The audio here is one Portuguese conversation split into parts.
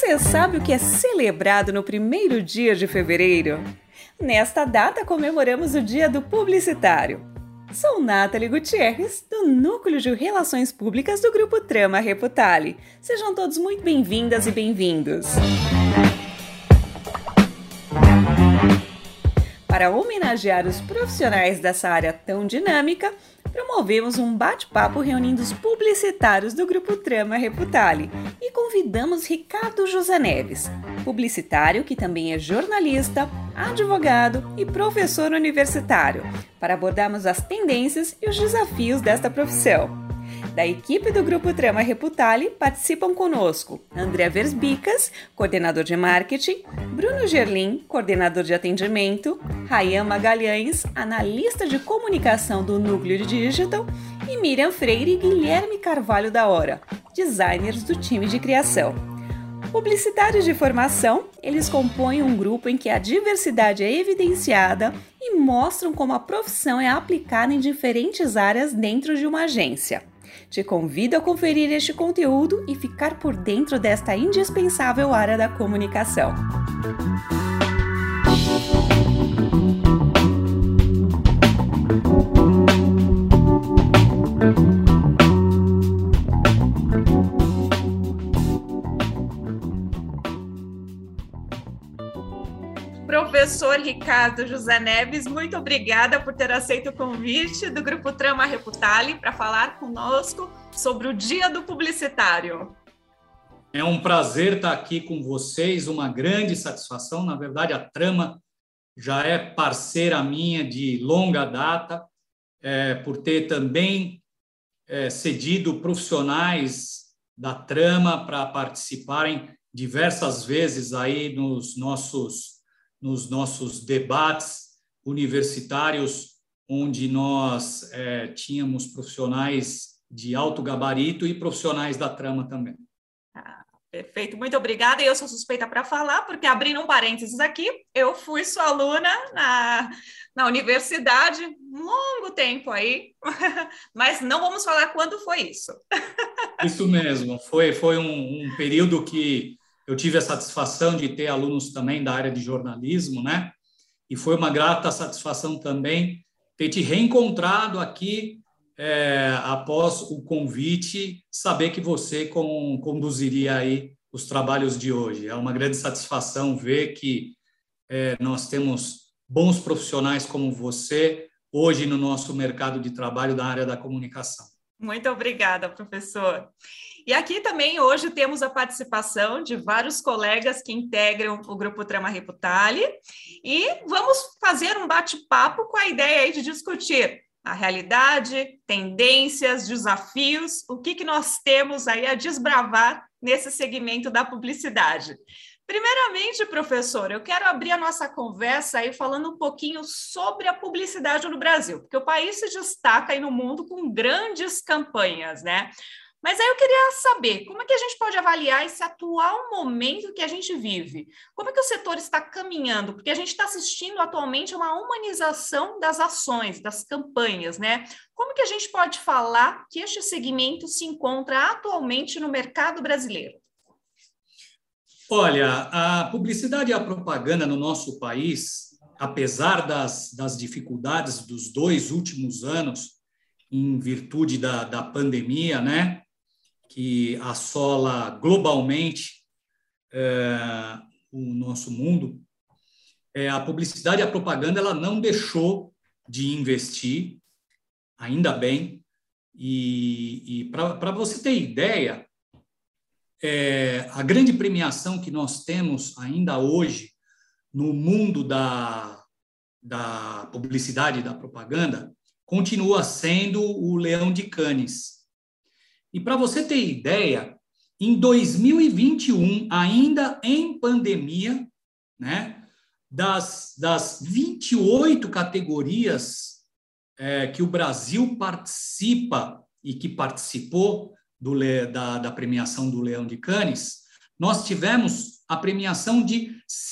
Você sabe o que é celebrado no primeiro dia de fevereiro? Nesta data comemoramos o Dia do Publicitário. Sou Nathalie Gutierrez, do Núcleo de Relações Públicas do Grupo Trama Reputale. Sejam todos muito bem-vindas e bem-vindos. Para homenagear os profissionais dessa área tão dinâmica, promovemos um bate-papo reunindo os publicitários do Grupo Trama Reputale e convidamos Ricardo José Neves, publicitário que também é jornalista, advogado e professor universitário, para abordarmos as tendências e os desafios desta profissão. Da equipe do Grupo Trama Reputale participam conosco André Versbicas, coordenador de marketing, Bruno Gerlin, coordenador de atendimento, Rayan Magalhães, analista de comunicação do Núcleo de Digital e Miriam Freire e Guilherme Carvalho da Hora, designers do time de criação. Publicitários de formação, eles compõem um grupo em que a diversidade é evidenciada e mostram como a profissão é aplicada em diferentes áreas dentro de uma agência. Te convido a conferir este conteúdo e ficar por dentro desta indispensável área da comunicação. Professor Ricardo José Neves, muito obrigada por ter aceito o convite do Grupo Trama Reputale para falar conosco sobre o Dia do Publicitário. É um prazer estar aqui com vocês, uma grande satisfação. Na verdade, a Trama já é parceira minha de longa data, por ter também cedido profissionais da Trama para participarem diversas vezes aí nos nossos debates universitários, onde nós tínhamos profissionais de alto gabarito e profissionais da Trama também. Perfeito, muito obrigada. E eu sou suspeita para falar, porque abrindo um parênteses aqui, eu fui sua aluna na universidade, um longo tempo aí, mas não vamos falar quando foi isso. Isso mesmo, foi um período que eu tive a satisfação de ter alunos também da área de jornalismo, né? E foi uma grata satisfação também ter te reencontrado aqui após o convite, saber que você conduziria aí os trabalhos de hoje. É uma grande satisfação ver que nós temos bons profissionais como você hoje no nosso mercado de trabalho da área da comunicação. Muito obrigada, professor. E aqui também hoje temos a participação de vários colegas que integram o Grupo Trama Reputale e vamos fazer um bate-papo com a ideia aí de discutir a realidade, tendências, desafios, o que nós temos aí a desbravar nesse segmento da publicidade. Primeiramente, professor, eu quero abrir a nossa conversa aí falando um pouquinho sobre a publicidade no Brasil, porque o país se destaca aí no mundo com grandes campanhas, né? Mas aí eu queria saber, como é que a gente pode avaliar esse atual momento que a gente vive? Como é que o setor está caminhando? Porque a gente está assistindo atualmente a uma humanização das ações, das campanhas, né? Como que a gente pode falar que este segmento se encontra atualmente no mercado brasileiro? Olha, a publicidade e a propaganda no nosso país, apesar das dificuldades dos 2 últimos anos, em virtude da pandemia, né, que assola globalmente o nosso mundo, a publicidade e a propaganda ela não deixou de investir, ainda bem, e para você ter ideia, a grande premiação que nós temos ainda hoje no mundo da publicidade e da propaganda continua sendo o Leão de Cannes. E para você ter ideia, em 2021, ainda em pandemia, né, das 28 categorias que o Brasil participa e que participou da premiação do Leão de Cannes, nós tivemos a premiação de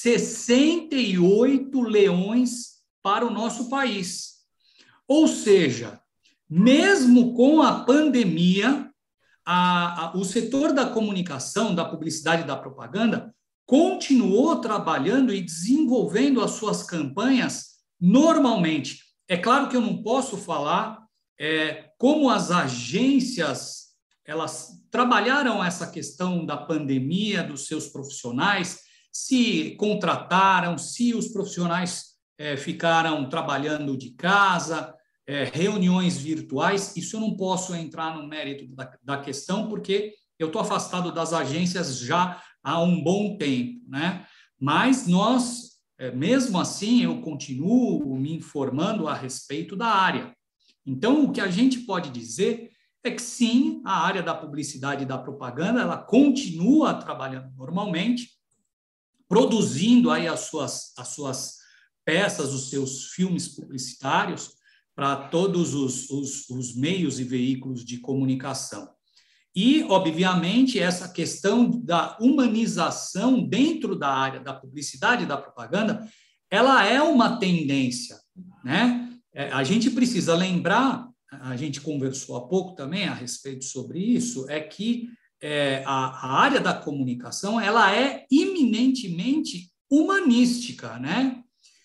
68 leões para o nosso país. Ou seja, mesmo com a pandemia, o setor da comunicação, da publicidade e da propaganda continuou trabalhando e desenvolvendo as suas campanhas normalmente. É claro que eu não posso falar como as agências elas trabalharam essa questão da pandemia dos seus profissionais, se contrataram, se os profissionais ficaram trabalhando de casa, reuniões virtuais. Isso eu não posso entrar no mérito da questão, porque eu estou afastado das agências já há um bom tempo, né? Mas nós, mesmo assim, eu continuo me informando a respeito da área. Então, o que a gente pode dizer é que, sim, a área da publicidade e da propaganda, ela continua trabalhando normalmente, produzindo aí as suas peças, os seus filmes publicitários para todos os meios e veículos de comunicação. E, obviamente, essa questão da humanização dentro da área da publicidade e da propaganda, ela é uma tendência, né? A gente precisa lembrar, a gente conversou há pouco também a respeito sobre isso, é que a área da comunicação ela é eminentemente humanística, né?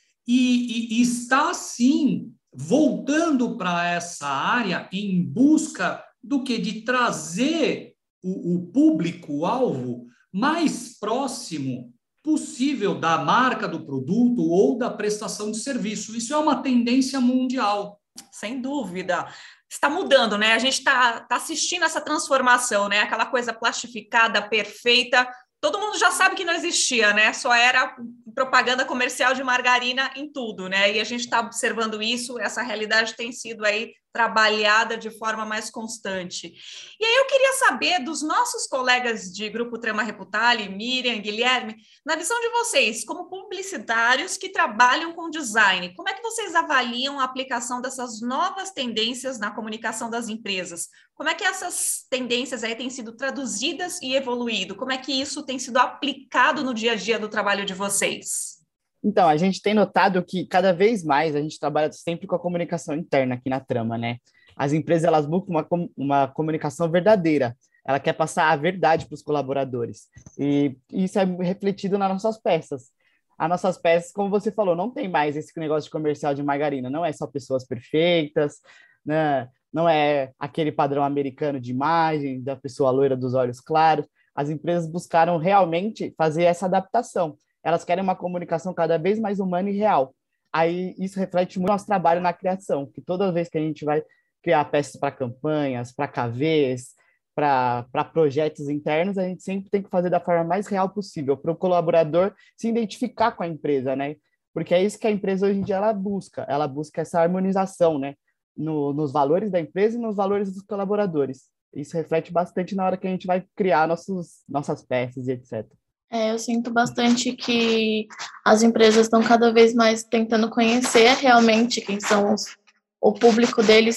E está, sim, voltando para essa área em busca do que de trazer o público-alvo mais próximo possível da marca do produto ou da prestação de serviço. Isso é uma tendência mundial. Sem dúvida. Está mudando, né? A gente está assistindo essa transformação, né? Aquela coisa plastificada, perfeita. Todo mundo já sabe que não existia, né? Só era propaganda comercial de margarina em tudo, né? E a gente está observando isso, essa realidade tem sido aí trabalhada de forma mais constante. E aí eu queria saber dos nossos colegas de Grupo Trama Reputale, Miriam, Guilherme, na visão de vocês, como publicitários que trabalham com design, como é que vocês avaliam a aplicação dessas novas tendências na comunicação das empresas? Como é que essas tendências aí têm sido traduzidas e evoluído? Como é que isso tem sido aplicado no dia a dia do trabalho de vocês? Então, a gente tem notado que cada vez mais a gente trabalha sempre com a comunicação interna aqui na Trama, né? As empresas, elas buscam uma comunicação verdadeira. Ela quer passar a verdade para os colaboradores. E isso é refletido nas nossas peças. As nossas peças, como você falou, não tem mais esse negócio de comercial de margarina. Não é só pessoas perfeitas, né? Não é aquele padrão americano de imagem da pessoa loira dos olhos claros. As empresas buscaram realmente fazer essa adaptação. Elas querem uma comunicação cada vez mais humana e real. Aí isso reflete muito nosso trabalho na criação, que toda vez que a gente vai criar peças para campanhas, para KVs, para projetos internos, a gente sempre tem que fazer da forma mais real possível, para o colaborador se identificar com a empresa, né? Porque é isso que a empresa hoje em dia ela busca essa harmonização, né? Nos valores da empresa e nos valores dos colaboradores. Isso reflete bastante na hora que a gente vai criar nossas peças e etc. Eu sinto bastante que as empresas estão cada vez mais tentando conhecer realmente quem são o público deles,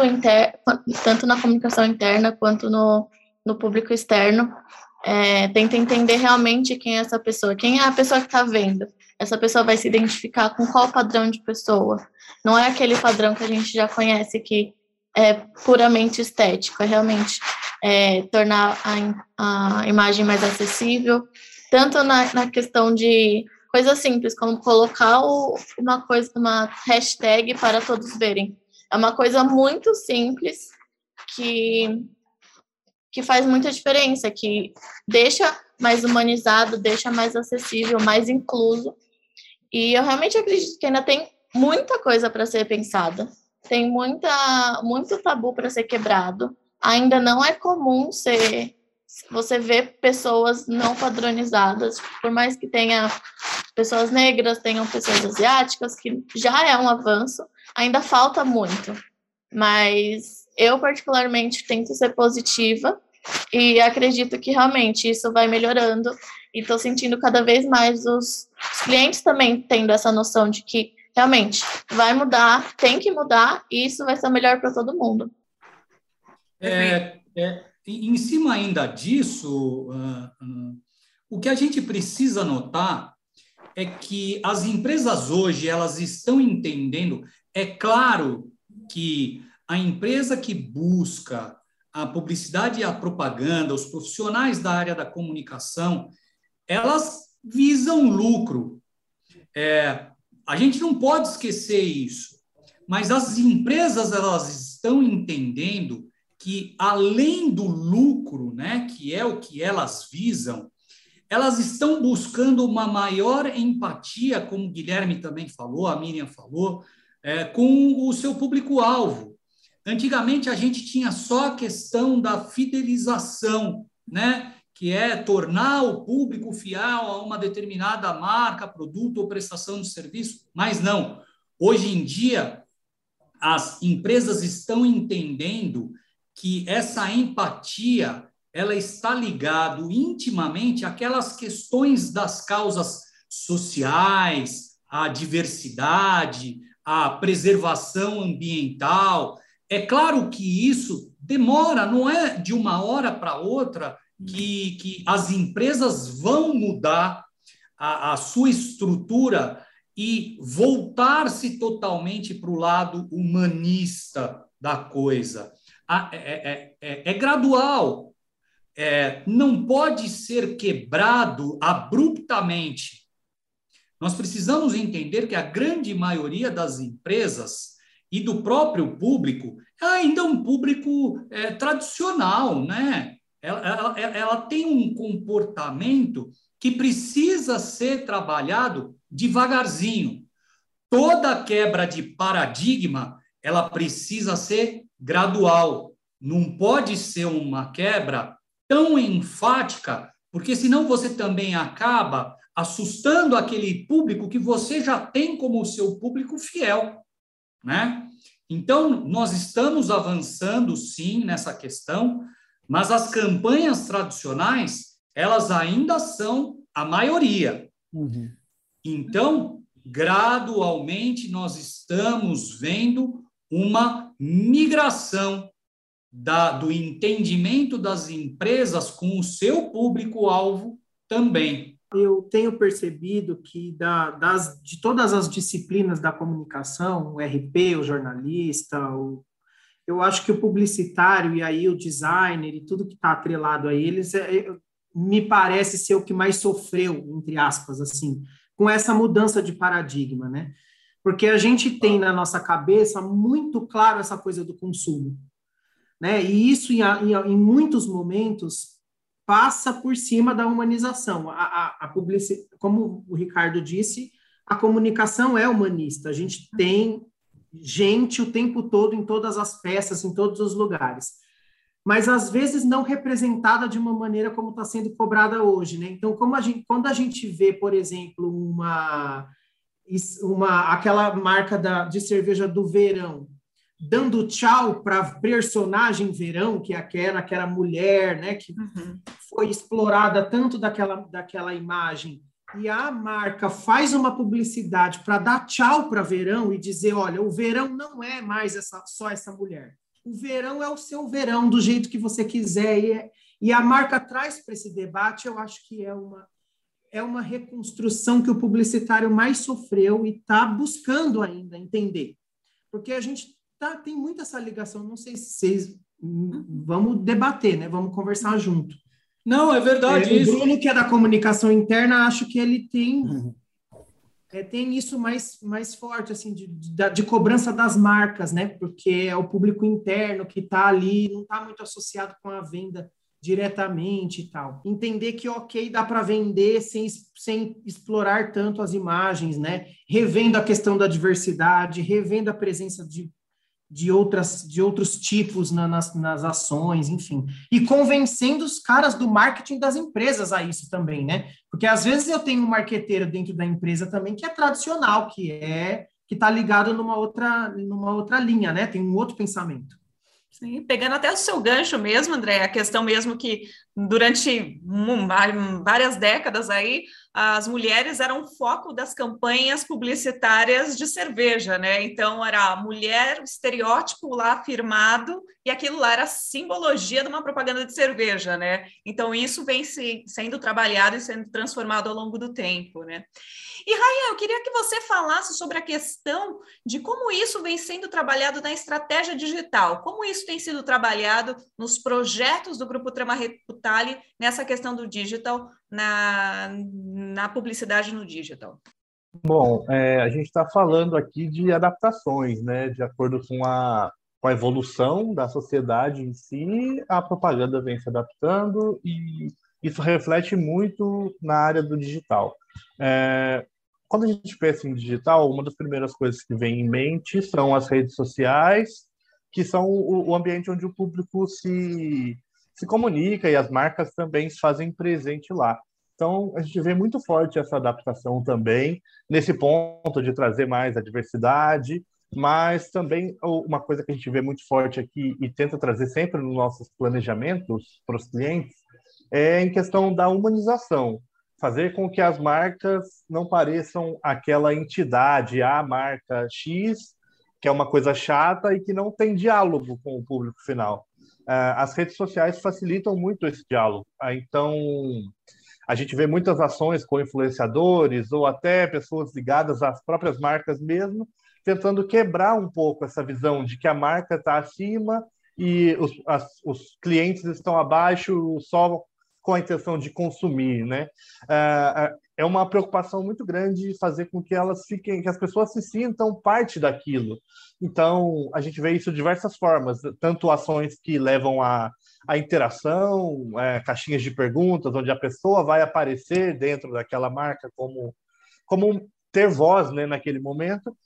tanto na comunicação interna quanto no público externo. Tenta entender realmente quem é essa pessoa, quem é a pessoa que está vendo. Essa pessoa vai se identificar com qual padrão de pessoa. Não é aquele padrão que a gente já conhece que é puramente estético, é realmente tornar a imagem mais acessível, tanto na questão de coisas simples, como colocar uma hashtag para todos verem. É uma coisa muito simples que faz muita diferença, que deixa mais humanizado, deixa mais acessível, mais incluso. E eu realmente acredito que ainda tem muita coisa para ser pensada. Tem muito tabu para ser quebrado. Ainda não é comum você ver pessoas não padronizadas, por mais que tenha pessoas negras, tenham pessoas asiáticas, que já é um avanço, ainda falta muito. Mas eu, particularmente, tento ser positiva e acredito que realmente isso vai melhorando e estou sentindo cada vez mais os clientes também tendo essa noção de que realmente vai mudar, tem que mudar e isso vai ser melhor para todo mundo. Em cima ainda disso, o que a gente precisa notar é que as empresas hoje elas estão entendendo, é claro que a empresa que busca a publicidade e a propaganda, os profissionais da área da comunicação, elas visam lucro. A gente não pode esquecer isso, mas as empresas elas estão entendendo que, além do lucro, né, que é o que elas visam, elas estão buscando uma maior empatia, como o Guilherme também falou, a Miriam falou, com o seu público-alvo. Antigamente, a gente tinha só a questão da fidelização, né, que é tornar o público fiel a uma determinada marca, produto ou prestação de serviço, mas não. Hoje em dia, as empresas estão entendendo que essa empatia ela está ligada intimamente àquelas questões das causas sociais, à diversidade, à preservação ambiental. É claro que isso demora, não é de uma hora para outra que as empresas vão mudar a sua estrutura e voltar-se totalmente para o lado humanista da coisa. É gradual, não pode ser quebrado abruptamente. Nós precisamos entender que a grande maioria das empresas e do próprio público é ainda um público tradicional, né? Ela tem um comportamento que precisa ser trabalhado devagarzinho. Toda quebra de paradigma, ela precisa ser gradual. Não pode ser uma quebra tão enfática, porque senão você também acaba assustando aquele público que você já tem como seu público fiel, né? Então, nós estamos avançando, sim, nessa questão, mas as campanhas tradicionais, elas ainda são a maioria. Uhum. Então, gradualmente, nós estamos vendo uma migração do entendimento das empresas com o seu público-alvo também. Eu tenho percebido que de todas as disciplinas da comunicação, o RP, o jornalista, eu acho que o publicitário e aí o designer e tudo que está atrelado a eles me parece ser o que mais sofreu, entre aspas, assim, com essa mudança de paradigma, né? Porque a gente tem na nossa cabeça muito claro essa coisa do consumo, né? E isso, em muitos momentos, passa por cima da humanização. Como o Ricardo disse, a comunicação é humanista. A gente tem gente o tempo todo em todas as peças, em todos os lugares. Mas, às vezes, não representada de uma maneira como está sendo cobrada hoje, né? Então, quando a gente vê, por exemplo, aquela marca de cerveja do Verão, dando tchau para a personagem Verão, que é aquela mulher, né, que foi explorada tanto daquela imagem, e a marca faz uma publicidade para dar tchau para Verão e dizer, olha, o Verão não é mais só essa mulher. O Verão é o seu Verão, do jeito que você quiser. E a marca traz para esse debate, eu acho que é uma reconstrução que o publicitário mais sofreu e está buscando ainda entender. Porque a gente tem muito essa ligação, não sei se vocês vamos debater, né? Vamos conversar junto. Não, é verdade isso. O Bruno, que é da comunicação interna, acho que ele tem isso mais forte, assim, de cobrança das marcas, né? Porque é o público interno que está ali, não está muito associado com a venda diretamente e tal. Entender que, ok, dá para vender sem explorar tanto as imagens, né? Revendo a questão da diversidade, revendo a presença de outros tipos nas ações, enfim. E convencendo os caras do marketing das empresas a isso também, né? Porque às vezes eu tenho um marqueteiro dentro da empresa também que é tradicional, que está ligado numa outra linha, né? Tem um outro pensamento. Sim, pegando até o seu gancho mesmo, André, a questão mesmo que durante várias décadas aí, as mulheres eram o foco das campanhas publicitárias de cerveja, né? Então, era a mulher, o estereótipo lá afirmado, e aquilo lá era a simbologia de uma propaganda de cerveja, né? Então, isso vem sendo trabalhado e sendo transformado ao longo do tempo, né? E, Raia, eu queria que você falasse sobre a questão de como isso vem sendo trabalhado na estratégia digital, como isso tem sido trabalhado nos projetos do Grupo Trama Reputali nessa questão do digital, na publicidade no digital. Bom, a gente está falando aqui de adaptações, né? De acordo com a evolução da sociedade em si, a propaganda vem se adaptando e isso reflete muito na área do digital. Quando a gente pensa em digital, uma das primeiras coisas que vem em mente são as redes sociais, que são o ambiente onde o público se comunica e as marcas também se fazem presente lá. Então, a gente vê muito forte essa adaptação também, nesse ponto de trazer mais a diversidade, mas também uma coisa que a gente vê muito forte aqui e tenta trazer sempre nos nossos planejamentos para os clientes é em questão da humanização. Fazer com que as marcas não pareçam aquela entidade, a marca X, que é uma coisa chata e que não tem diálogo com o público final. As redes sociais facilitam muito esse diálogo. Então, a gente vê muitas ações com influenciadores ou até pessoas ligadas às próprias marcas mesmo, tentando quebrar um pouco essa visão de que a marca está acima e os clientes estão abaixo só com a intenção de consumir, né? É uma preocupação muito grande fazer com que que as pessoas se sintam parte daquilo. Então, a gente vê isso de diversas formas, tanto ações que levam à interação, caixinhas de perguntas, onde a pessoa vai aparecer dentro daquela marca como ter voz, né, naquele momento,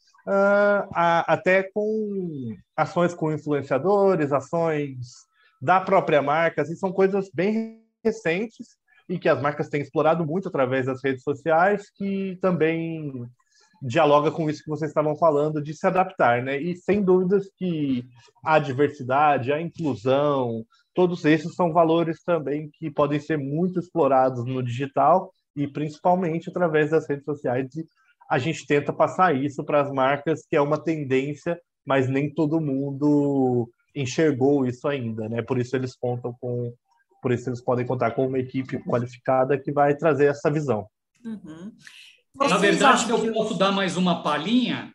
até com ações com influenciadores, ações da própria marca, assim, são coisas bem recentes e que as marcas têm explorado muito através das redes sociais, que também dialoga com isso que vocês estavam falando, de se adaptar, né? E sem dúvidas que a diversidade, a inclusão, todos esses são valores também que podem ser muito explorados no digital e principalmente através das redes sociais. E a gente tenta passar isso para as marcas, que é uma tendência, mas nem todo mundo enxergou isso ainda, né? Por isso eles podem contar com uma equipe qualificada que vai trazer essa visão. Uhum. Na verdade, se eu posso dar mais uma palhinha,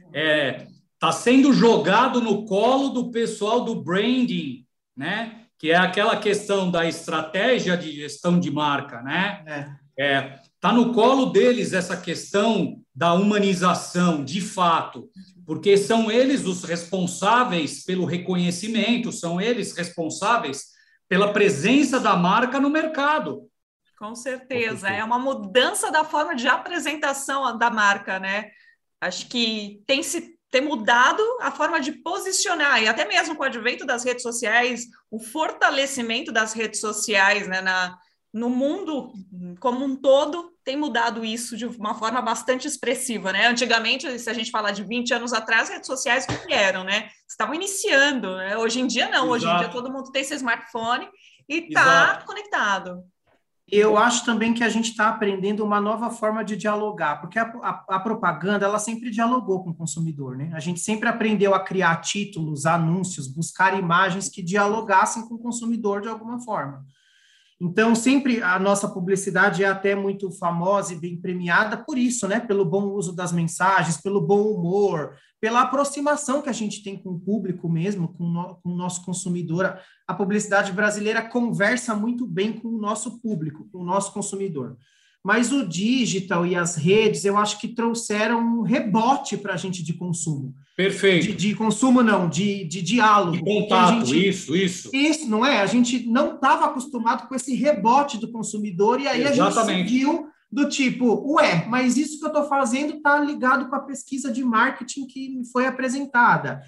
está sendo jogado no colo do pessoal do branding, né? Que é aquela questão da estratégia de gestão de marca, né? Está no colo deles essa questão da humanização, de fato, porque são eles os responsáveis pelo reconhecimento, são eles responsáveis pela presença da marca no mercado. Com certeza, é uma mudança da forma de apresentação da marca, né? Acho que tem mudado a forma de posicionar, e até mesmo com o advento das redes sociais, o fortalecimento das redes sociais, né, no mundo como um todo, tem mudado isso de uma forma bastante expressiva, né? Antigamente, se a gente falar de 20 anos atrás, as redes sociais o que eram, né? Estavam iniciando, né? Hoje em dia não, hoje em dia todo mundo tem seu smartphone e está conectado. Eu acho também que a gente está aprendendo uma nova forma de dialogar, porque a propaganda, ela sempre dialogou com o consumidor, né? A gente sempre aprendeu a criar títulos, anúncios, buscar imagens que dialogassem com o consumidor de alguma forma. Então, sempre a nossa publicidade é até muito famosa e bem premiada por isso, né? Pelo bom uso das mensagens, pelo bom humor, pela aproximação que a gente tem com o público mesmo, com o nosso consumidor. A publicidade brasileira conversa muito bem com o nosso público, com o nosso consumidor. Mas o digital e as redes, eu acho que trouxeram um rebote para a gente de consumo. Perfeito. De consumo, não, de diálogo. De contato, isso. Isso, não é? A gente não estava acostumado com esse rebote do consumidor, e aí Exatamente. A gente se viu do tipo, mas isso que eu estou fazendo está ligado com a pesquisa de marketing que me foi apresentada.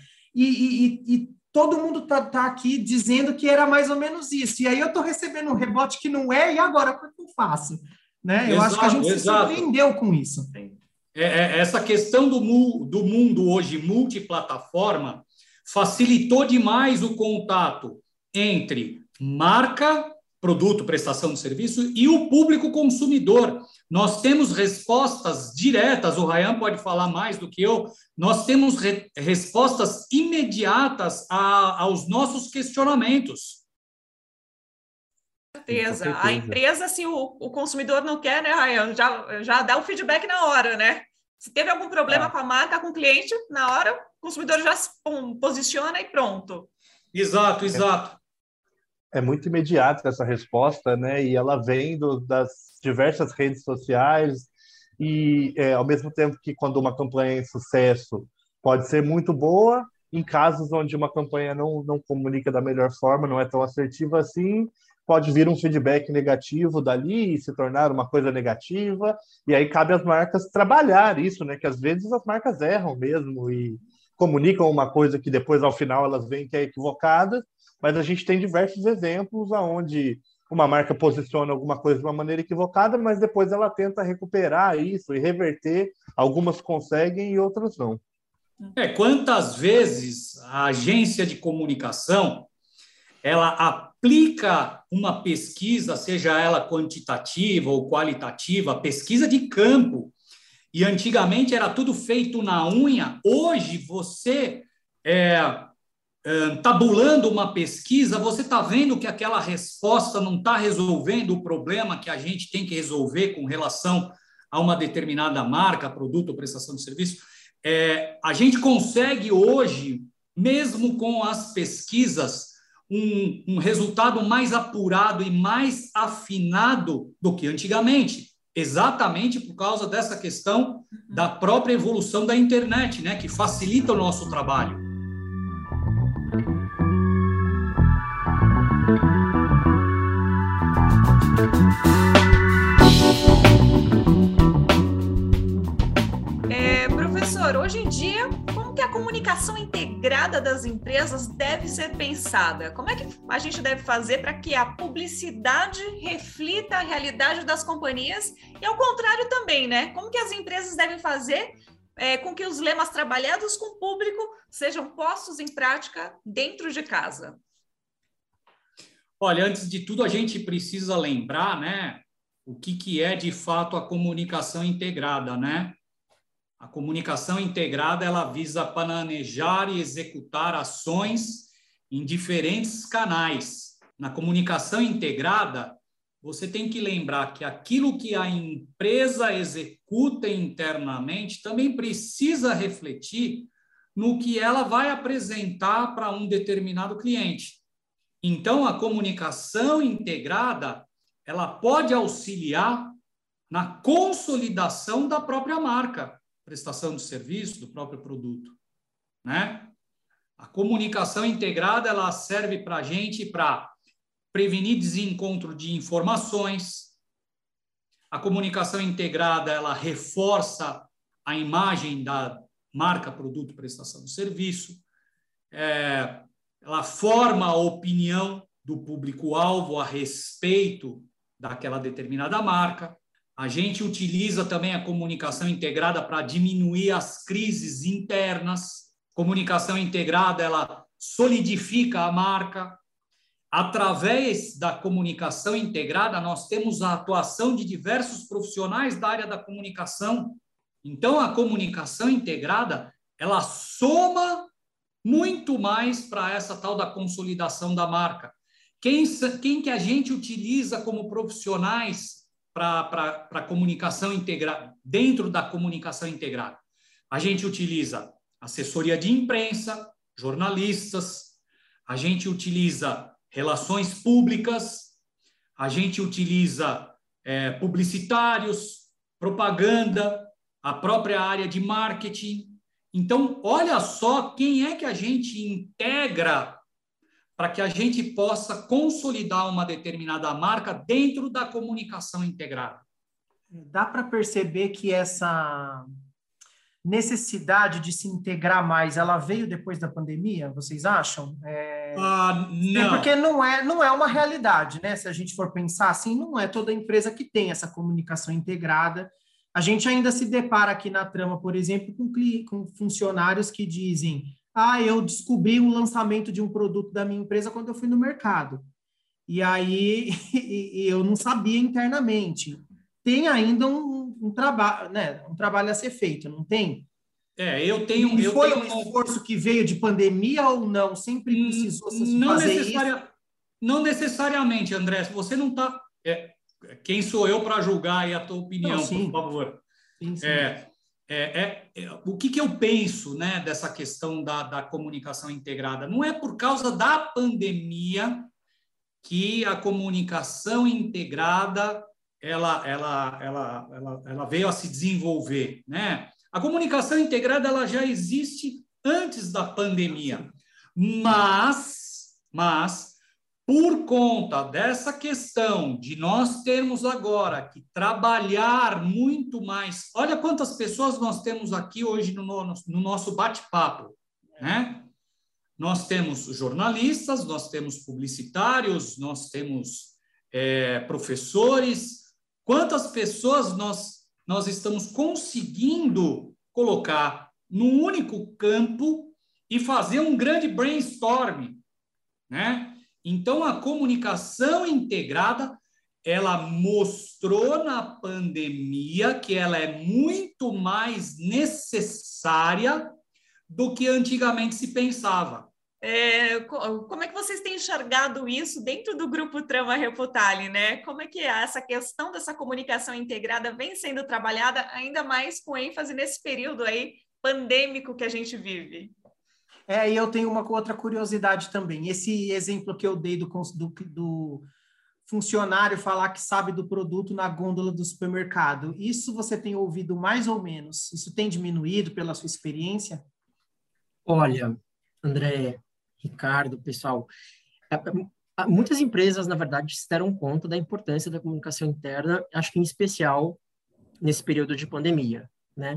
E todo mundo tá aqui dizendo que era mais ou menos isso. E aí eu estou recebendo um rebote que não é, e agora o que eu faço? Né? Eu acho que a gente se surpreendeu com isso. Essa questão do mundo hoje multiplataforma facilitou demais o contato entre marca produto, prestação de serviço, e o público consumidor. Nós temos respostas diretas, o Rayan pode falar mais do que eu, nós temos respostas imediatas aos nossos questionamentos. Com certeza. A empresa, se o consumidor não quer, né, Rayan, já dá o feedback na hora, né? Se teve algum problema com a marca, com o cliente, na hora o consumidor já se posiciona e pronto. Exato. É muito imediata essa resposta, né? E ela vem das diversas redes sociais e, ao mesmo tempo que quando uma campanha é em sucesso pode ser muito boa, em casos onde uma campanha não comunica da melhor forma, não é tão assertiva assim, pode vir um feedback negativo dali e se tornar uma coisa negativa, e aí cabe às marcas trabalhar isso, né? Que às vezes as marcas erram mesmo e comunicam uma coisa que depois, ao final, elas veem que é equivocada, mas a gente tem diversos exemplos onde uma marca posiciona alguma coisa de uma maneira equivocada, mas depois ela tenta recuperar isso e reverter. Algumas conseguem e outras não. Quantas vezes a agência de comunicação ela aplica uma pesquisa, seja ela quantitativa ou qualitativa, pesquisa de campo, e antigamente era tudo feito na unha, hoje você tabulando uma pesquisa, você está vendo que aquela resposta não está resolvendo o problema que a gente tem que resolver com relação a uma determinada marca, produto ou prestação de serviço. A gente consegue hoje, mesmo com as pesquisas, um resultado mais apurado e mais afinado do que antigamente, exatamente por causa dessa questão da própria evolução da internet, né, que facilita o nosso trabalho. Professor, hoje em dia, como que a comunicação integrada das empresas deve ser pensada? Como é que a gente deve fazer para que a publicidade reflita a realidade das companhias e ao contrário também, né? Como que as empresas devem fazer com que os lemas trabalhados com o público sejam postos em prática dentro de casa? Olha, antes de tudo, a gente precisa lembrar, né, o que é de fato a comunicação integrada, né? A comunicação integrada, ela visa planejar e executar ações em diferentes canais. Na comunicação integrada, você tem que lembrar que aquilo que a empresa executa internamente também precisa refletir no que ela vai apresentar para um determinado cliente. Então, a comunicação integrada, ela pode auxiliar na consolidação da própria marca, prestação de serviço, do próprio produto, né? A comunicação integrada, ela serve para a gente para prevenir desencontro de informações. A comunicação integrada, ela reforça a imagem da marca, produto, prestação de serviço. Ela forma a opinião do público-alvo a respeito daquela determinada marca. A gente utiliza também a comunicação integrada para diminuir as crises internas. Comunicação integrada, ela solidifica a marca. Através da comunicação integrada, nós temos a atuação de diversos profissionais da área da comunicação. Então, a comunicação integrada, ela soma muito mais para essa tal da consolidação da marca. Quem que a gente utiliza como profissionais para comunicação integrada, dentro da comunicação integrada? A gente utiliza assessoria de imprensa, jornalistas, a gente utiliza relações públicas, a gente utiliza publicitários, propaganda, a própria área de marketing. Então, olha só quem é que a gente integra para que a gente possa consolidar uma determinada marca dentro da comunicação integrada. Dá para perceber que essa necessidade de se integrar mais, ela veio depois da pandemia, vocês acham? Não. Porque não é uma realidade, né? Se a gente for pensar assim, não é toda empresa que tem essa comunicação integrada. A gente ainda se depara aqui na Trama, por exemplo, com funcionários que dizem: eu descobri o lançamento de um produto da minha empresa quando eu fui no mercado. E aí eu não sabia internamente. Tem ainda um trabalho, né? Um trabalho a ser feito, não tem? E foi um esforço que veio de pandemia ou não? Sempre precisou se fazer isso? Não necessariamente, André. Você não está... quem sou eu para julgar aí a tua opinião, não, sim. por favor? Sim, sim. O que eu penso, né, dessa questão da comunicação integrada? Não é por causa da pandemia que a comunicação integrada ela veio a se desenvolver, né? A comunicação integrada ela já existe antes da pandemia, mas por conta dessa questão de nós termos agora que trabalhar muito mais, olha quantas pessoas nós temos aqui hoje no nosso bate-papo, né? Nós temos jornalistas, nós temos publicitários, nós temos professores. Quantas pessoas nós estamos conseguindo colocar num único campo e fazer um grande brainstorm, né? Então, a comunicação integrada, ela mostrou na pandemia que ela é muito mais necessária do que antigamente se pensava. Como é que vocês têm enxergado isso dentro do Grupo Trama Reputali, né? Como é que essa questão dessa comunicação integrada vem sendo trabalhada ainda mais com ênfase nesse período aí pandêmico que a gente vive? E eu tenho uma outra curiosidade também. Esse exemplo que eu dei do funcionário falar que sabe do produto na gôndola do supermercado, isso você tem ouvido mais ou menos? Isso tem diminuído pela sua experiência? Olha, André, Ricardo, pessoal, muitas empresas, na verdade, se deram conta da importância da comunicação interna, acho que em especial nesse período de pandemia, né?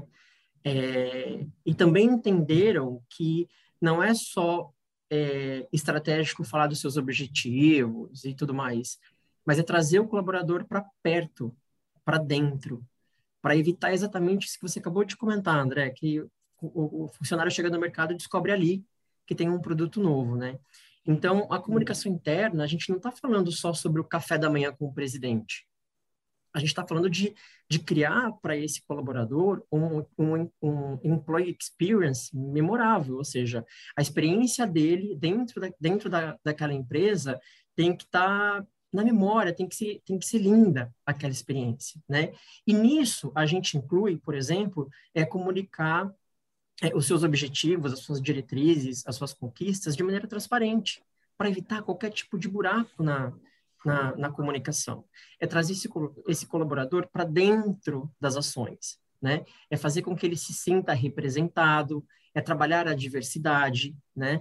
E também entenderam que não é só estratégico falar dos seus objetivos e tudo mais, mas é trazer o colaborador para perto, para dentro, para evitar exatamente isso que você acabou de comentar, André, que o funcionário chega no mercado e descobre ali que tem um produto novo, né? Então, a comunicação interna, a gente não está falando só sobre o café da manhã com o presidente. A gente está falando de criar para esse colaborador um employee experience memorável, ou seja, a experiência dele dentro daquela empresa tem que estar na memória, tem que ser linda aquela experiência, né? E nisso a gente inclui, por exemplo, comunicar os seus objetivos, as suas diretrizes, as suas conquistas de maneira transparente, para evitar qualquer tipo de buraco na comunicação. É trazer esse colaborador para dentro das ações, né? É fazer com que ele se sinta representado, é trabalhar a diversidade, né?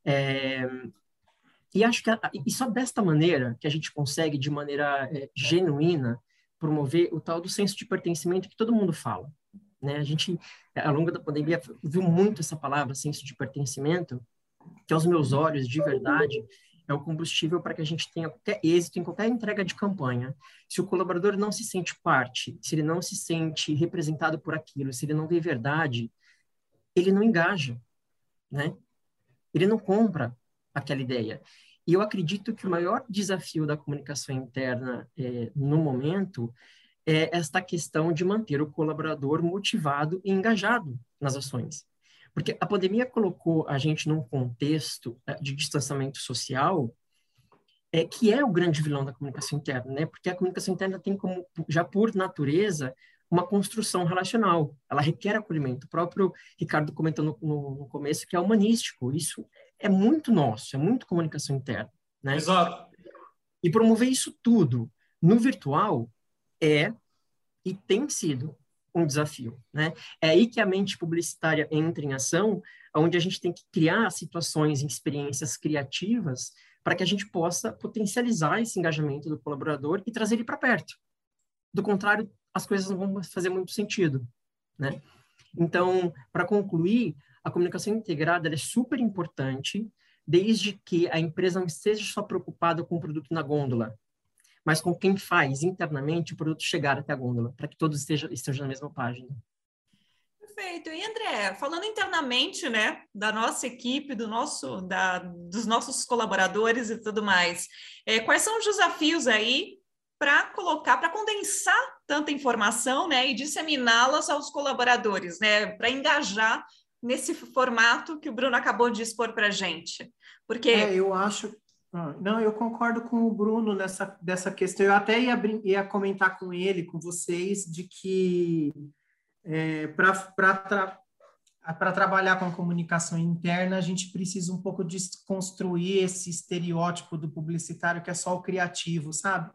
E acho que só desta maneira que a gente consegue, de maneira genuína, promover o tal do senso de pertencimento que todo mundo fala, né? A gente, ao longo da pandemia, viu muito essa palavra, senso de pertencimento, que aos meus olhos, de verdade, é o combustível para que a gente tenha qualquer êxito em qualquer entrega de campanha. Se o colaborador não se sente parte, se ele não se sente representado por aquilo, se ele não vê verdade, ele não engaja, né? Ele não compra aquela ideia. E eu acredito que o maior desafio da comunicação interna no momento é esta questão de manter o colaborador motivado e engajado nas ações. Porque a pandemia colocou a gente num contexto de distanciamento social que é o grande vilão da comunicação interna, né? Porque a comunicação interna tem como, já por natureza, uma construção relacional. Ela requer acolhimento. O próprio Ricardo comentou no começo que é humanístico. Isso é muito nosso, é muito comunicação interna, né? Exato. E promover isso tudo no virtual e tem sido um desafio, né? É aí que a mente publicitária entra em ação, onde a gente tem que criar situações e experiências criativas para que a gente possa potencializar esse engajamento do colaborador e trazer ele para perto. Do contrário, as coisas não vão fazer muito sentido, né? Então, para concluir, a comunicação integrada é super importante, desde que a empresa não esteja só preocupada com o produto na gôndola, mas com quem faz internamente o produto chegar até a gôndola, para que todos estejam na mesma página. Perfeito. E André, falando internamente, né, da nossa equipe, dos nossos colaboradores e tudo mais, quais são os desafios aí para para condensar tanta informação, né, e disseminá-las aos colaboradores, né, para engajar nesse formato que o Bruno acabou de expor para a gente? Porque eu acho. Não, eu concordo com o Bruno dessa questão. Eu até ia comentar com ele, com vocês, de que para trabalhar com comunicação interna, a gente precisa um pouco desconstruir esse estereótipo do publicitário que é só o criativo, sabe?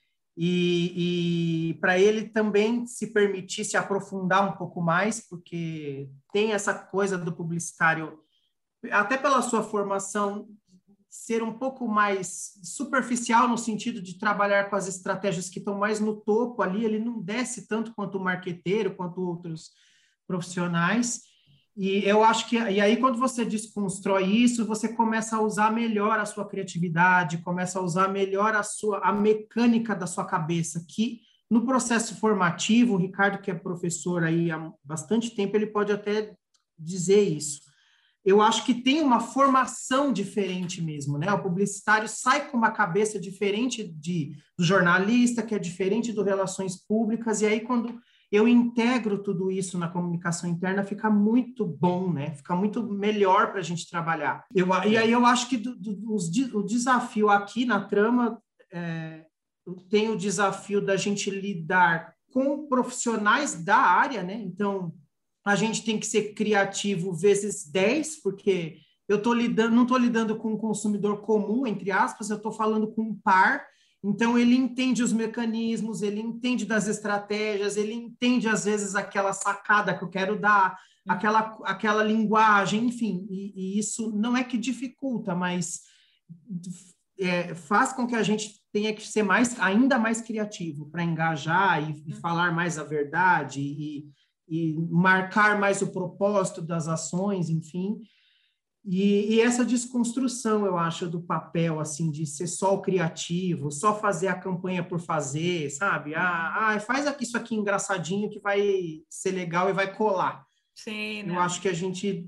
E para ele também se permitir se aprofundar um pouco mais, porque tem essa coisa do publicitário, até pela sua formação, ser um pouco mais superficial no sentido de trabalhar com as estratégias que estão mais no topo ali, ele não desce tanto quanto o marqueteiro, quanto outros profissionais. E eu acho que, e aí quando você desconstrói isso, você começa a usar melhor a sua criatividade, começa a usar melhor a mecânica da sua cabeça, que no processo formativo, o Ricardo, que é professor aí há bastante tempo, ele pode até dizer isso. Eu acho que tem uma formação diferente mesmo, né? O publicitário sai com uma cabeça diferente do jornalista, que é diferente do relações públicas, e aí quando eu integro tudo isso na comunicação interna, fica muito bom, né? Fica muito melhor para a gente trabalhar. E aí eu acho que o desafio aqui na Trama tem o desafio da gente lidar com profissionais da área, né? Então, a gente tem que ser criativo vezes 10, porque eu não estou lidando com um consumidor comum, entre aspas, eu estou falando com um par, então ele entende os mecanismos, ele entende das estratégias, ele entende, às vezes, aquela sacada que eu quero dar, aquela linguagem, enfim, e isso não é que dificulta, mas faz com que a gente tenha que ser ainda mais criativo para engajar e falar mais a verdade e marcar mais o propósito das ações, enfim. E essa desconstrução, eu acho, do papel, assim, de ser só o criativo, só fazer a campanha por fazer, sabe? Faz isso aqui engraçadinho que vai ser legal e vai colar. Sim, eu acho que a gente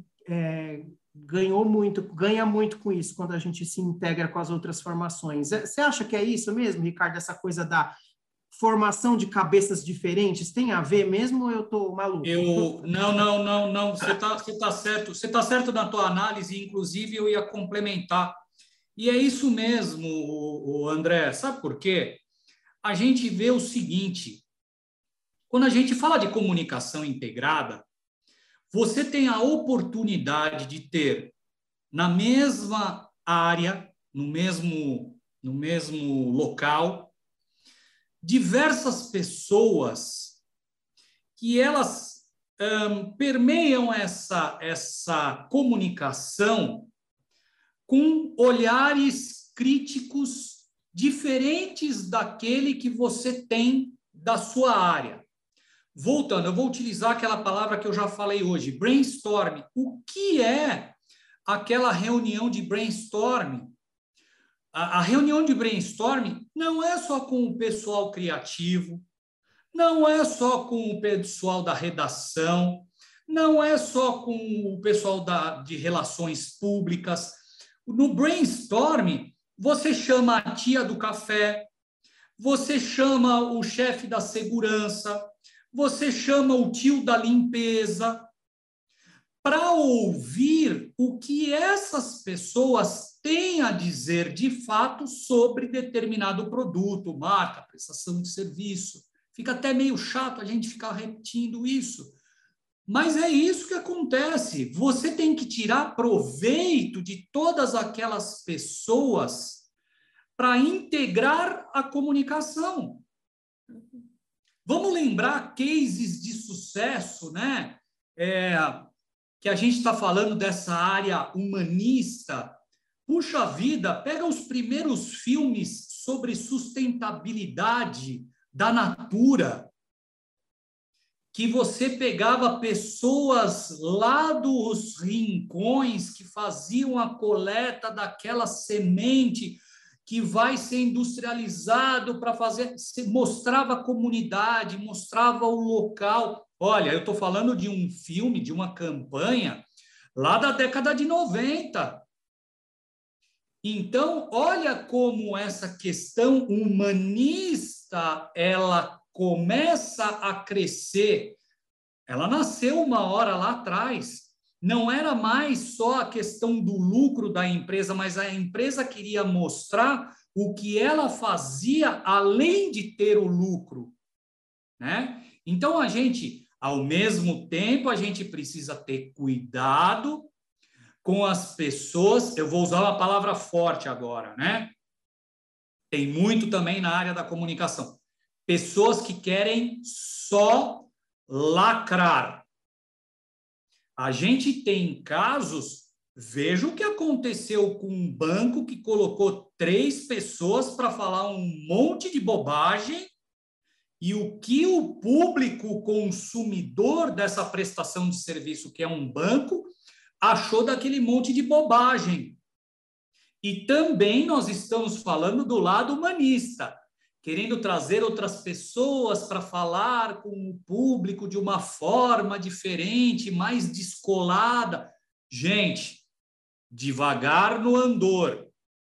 ganha muito com isso, quando a gente se integra com as outras formações. Você acha que é isso mesmo, Ricardo, essa coisa da formação de cabeças diferentes tem a ver mesmo ou eu estou maluco? Não. Você tá certo. Você está certo na tua análise, inclusive eu ia complementar. E é isso mesmo, o André. Sabe por quê? A gente vê o seguinte: quando a gente fala de comunicação integrada, você tem a oportunidade de ter na mesma área, no mesmo local, diversas pessoas que elas permeiam essa comunicação com olhares críticos diferentes daquele que você tem da sua área. Voltando, eu vou utilizar aquela palavra que eu já falei hoje, brainstorm. O que é aquela reunião de brainstorm? A reunião de brainstorming não é só com o pessoal criativo, não é só com o pessoal da redação, não é só com o pessoal de relações públicas. No brainstorming, você chama a tia do café, você chama o chefe da segurança, você chama o tio da limpeza, para ouvir o que essas pessoas têm a dizer de fato sobre determinado produto, marca, prestação de serviço. Fica até meio chato a gente ficar repetindo isso. Mas é isso que acontece. Você tem que tirar proveito de todas aquelas pessoas para integrar a comunicação. Vamos lembrar cases de sucesso, né? Que a gente está falando dessa área humanista. Puxa vida, pega os primeiros filmes sobre sustentabilidade da Natura, que você pegava pessoas lá dos rincões que faziam a coleta daquela semente que vai ser industrializado para fazer, mostrava a comunidade, mostrava o local. Olha, eu estou falando de um filme, de uma campanha lá da década de 90. Então, olha como essa questão humanista, ela começa a crescer. Ela nasceu uma hora lá atrás. Não era mais só a questão do lucro da empresa, mas a empresa queria mostrar o que ela fazia além de ter o lucro, né? Então, a gente, ao mesmo tempo, a gente precisa ter cuidado com as pessoas. Eu vou usar uma palavra forte agora, né? Tem muito também na área da comunicação. Pessoas que querem só lacrar. A gente tem casos, veja o que aconteceu com um banco que colocou 3 pessoas para falar um monte de bobagem e o que o público consumidor dessa prestação de serviço, que é um banco, achou daquele monte de bobagem. E também nós estamos falando do lado humanista, querendo trazer outras pessoas para falar com o público de uma forma diferente, mais descolada. Gente, devagar no andor.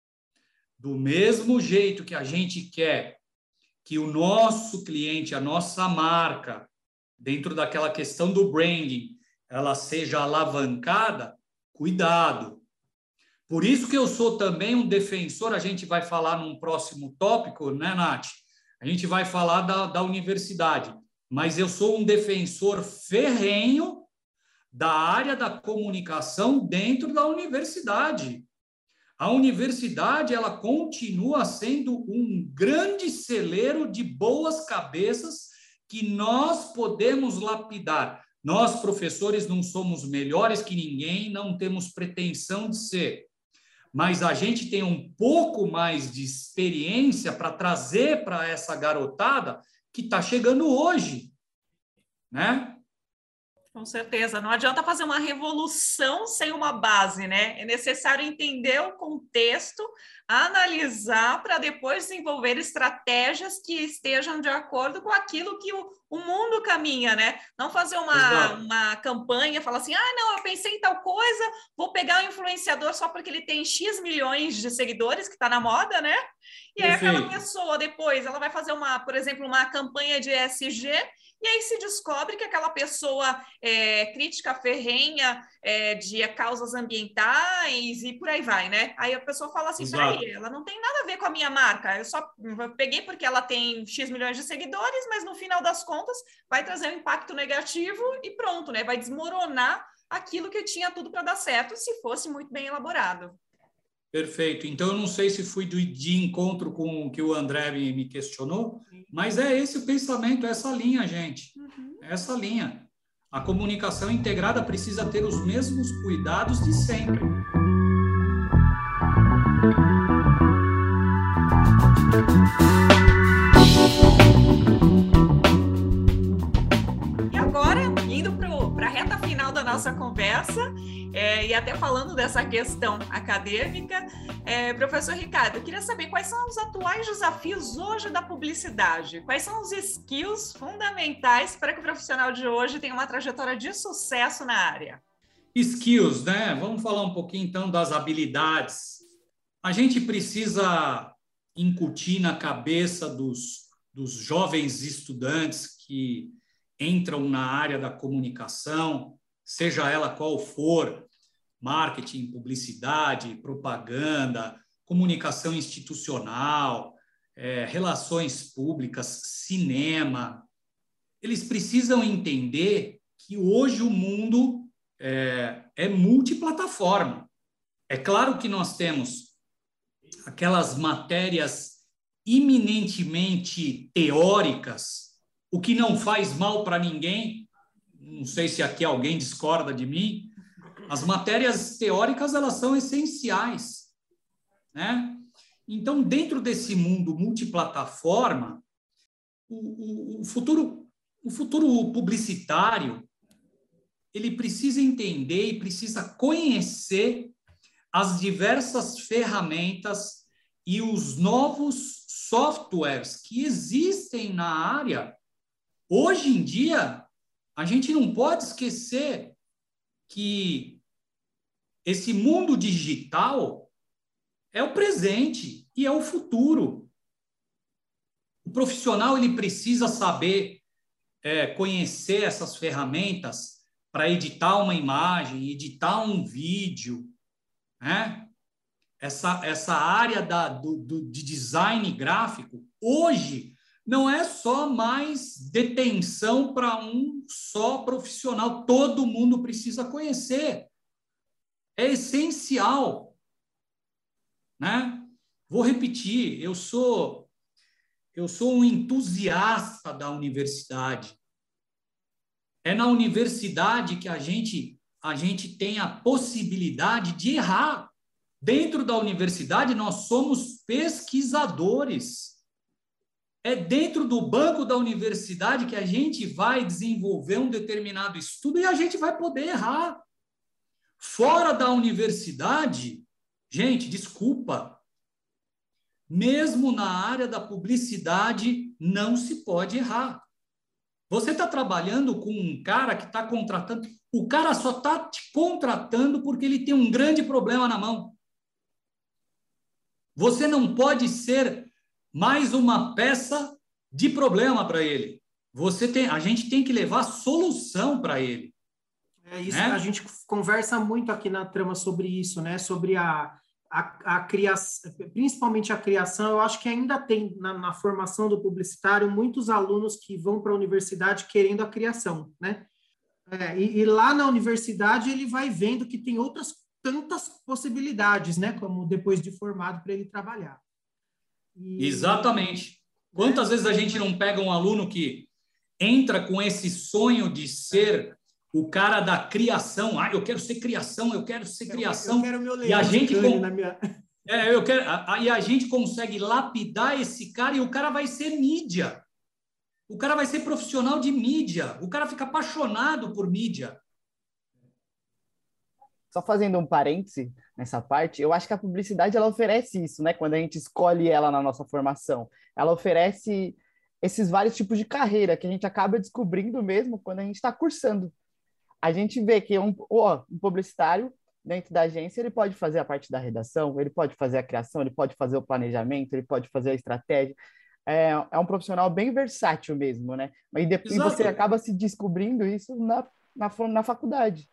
Do mesmo jeito que a gente quer que o nosso cliente, a nossa marca, dentro daquela questão do branding, ela seja alavancada, cuidado. Por isso que eu sou também um defensor, a gente vai falar num próximo tópico, né, Nath? A gente vai falar da universidade, mas eu sou um defensor ferrenho da área da comunicação dentro da universidade. A universidade, ela continua sendo um grande celeiro de boas cabeças que nós podemos lapidar. Nós, professores, não somos melhores que ninguém, não temos pretensão de ser. Mas a gente tem um pouco mais de experiência para trazer para essa garotada que está chegando hoje, né? Com certeza, não adianta fazer uma revolução sem uma base, né? É necessário entender o contexto, analisar para depois desenvolver estratégias que estejam de acordo com aquilo que o mundo caminha, né? Não fazer uma campanha, falar assim, não, eu pensei em tal coisa, vou pegar um influenciador só porque ele tem X milhões de seguidores, que está na moda, né? E aí aquela pessoa depois, ela vai fazer por exemplo, uma campanha de ESG, e aí se descobre que aquela pessoa é crítica ferrenha de causas ambientais e por aí vai, né? Aí a pessoa fala assim, peraí, ela não tem nada a ver com a minha marca, eu só peguei porque ela tem X milhões de seguidores, mas no final das contas vai trazer um impacto negativo e pronto, né? Vai desmoronar aquilo que tinha tudo para dar certo se fosse muito bem elaborado. Perfeito. Então, eu não sei se fui de encontro com o que o André me questionou, mas é esse o pensamento, essa linha, gente. Essa linha. A comunicação integrada precisa ter os mesmos cuidados de sempre. E agora, indo para a reta final da nossa conversa, e até falando dessa questão acadêmica, professor Ricardo, eu queria saber quais são os atuais desafios hoje da publicidade, quais são os skills fundamentais para que o profissional de hoje tenha uma trajetória de sucesso na área? Skills, né? Vamos falar um pouquinho, então, das habilidades. A gente precisa incutir na cabeça dos jovens estudantes que entram na área da comunicação, seja ela qual for, marketing, publicidade, propaganda, comunicação institucional, relações públicas, cinema. Eles precisam entender que hoje o mundo é multiplataforma. É claro que nós temos aquelas matérias eminentemente teóricas, o que não faz mal para ninguém. Não sei se aqui alguém discorda de mim. As matérias teóricas, elas são essenciais, né? Então, dentro desse mundo multiplataforma, o futuro publicitário, ele precisa entender e precisa conhecer as diversas ferramentas e os novos softwares que existem na área. Hoje em dia, A gente não pode esquecer que esse mundo digital é o presente e é o futuro. O profissional ele precisa saber conhecer essas ferramentas para editar uma imagem, editar um vídeo, né? Essa área de design gráfico, hoje, não é só mais detenção para um só profissional. Todo mundo precisa conhecer. É essencial, né? Vou repetir, eu sou um entusiasta da universidade. É na universidade que a gente tem a possibilidade de errar. Dentro da universidade, nós somos pesquisadores. É dentro do banco da universidade que a gente vai desenvolver um determinado estudo e a gente vai poder errar. Fora da universidade, gente, desculpa, mesmo na área da publicidade, não se pode errar. Você está trabalhando com um cara que está contratando, o cara só está te contratando porque ele tem um grande problema na mão. Você não pode ser mais uma peça de problema para ele. A gente tem que levar solução para ele. É isso, né? A gente conversa muito aqui na trama sobre isso, né? Sobre a criação, principalmente a criação. Eu acho que ainda tem na formação do publicitário muitos alunos que vão para a universidade querendo a criação, né? E lá na universidade ele vai vendo que tem outras tantas possibilidades, né? Como depois de formado para ele trabalhar. Exatamente. Quantas vezes a gente não pega um aluno que entra com esse sonho de ser o cara da criação? Eu quero ser criação, eu quero ser criação. Eu quero meu e a gente na minha... e a gente consegue lapidar esse cara e o cara vai ser mídia. O cara vai ser profissional de mídia. O cara fica apaixonado por mídia. Só fazendo um parêntese nessa parte, eu acho que a publicidade ela oferece isso, né? Quando a gente escolhe ela na nossa formação, ela oferece esses vários tipos de carreira que a gente acaba descobrindo mesmo quando a gente está cursando. A gente vê que um publicitário dentro da agência, ele pode fazer a parte da redação, ele pode fazer a criação, ele pode fazer o planejamento, ele pode fazer a estratégia. É um profissional bem versátil mesmo, né? E você acaba se descobrindo isso na faculdade.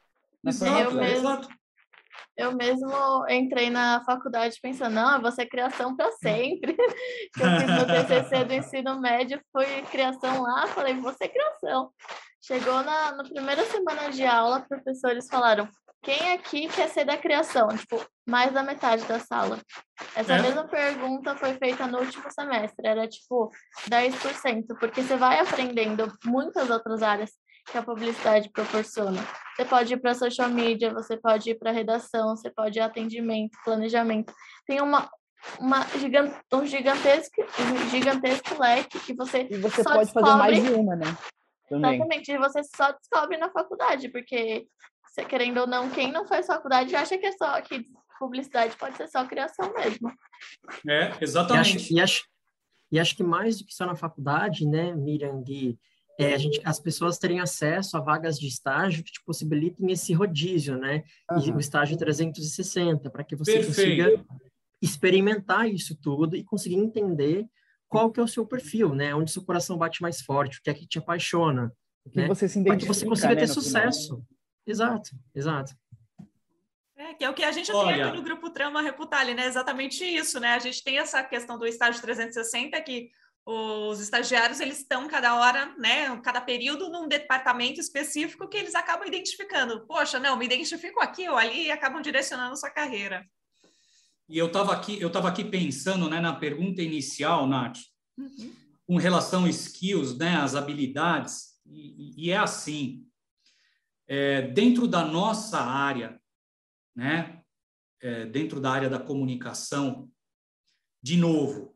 Eu mesmo entrei na faculdade pensando, não, eu vou ser criação para sempre. Eu fiz meu TCC do ensino médio, foi criação lá, falei, vou ser criação. Chegou na primeira semana de aula, professores falaram, quem aqui quer ser da criação? Tipo, mais da metade da sala. Essa mesma pergunta foi feita no último semestre, era tipo 10%, porque você vai aprendendo muitas outras áreas que a publicidade proporciona. Você pode ir para social media, você pode ir para redação, você pode ir atendimento, planejamento. Tem um gigantesco leque que você E você só pode descobre, fazer mais de uma, né? Também. Exatamente, e você só descobre na faculdade, porque, querendo ou não, quem não faz faculdade acha que publicidade pode ser só criação mesmo. Exatamente. E acho que mais do que só na faculdade, né, Miriam, Gui, as pessoas terem acesso a vagas de estágio que te possibilitem esse rodízio, né? E o estágio 360, para que você consiga experimentar isso tudo e conseguir entender qual que é o seu perfil, né? Onde seu coração bate mais forte, o que é que te apaixona, né? Você se para que você consiga ter no sucesso. Final. Exato. Que é o que a gente tem aqui no Grupo Trama Reputali, né? Exatamente isso, né? A gente tem essa questão do estágio 360, que os estagiários, eles estão cada hora, né? Cada período num departamento específico que eles acabam identificando. Poxa, não, me identifico aqui ou ali e acabam direcionando sua carreira. E eu estava aqui pensando, né, na pergunta inicial, Nath, com relação às skills, né, as habilidades, e é assim, dentro da nossa área, né, dentro da área da comunicação, de novo,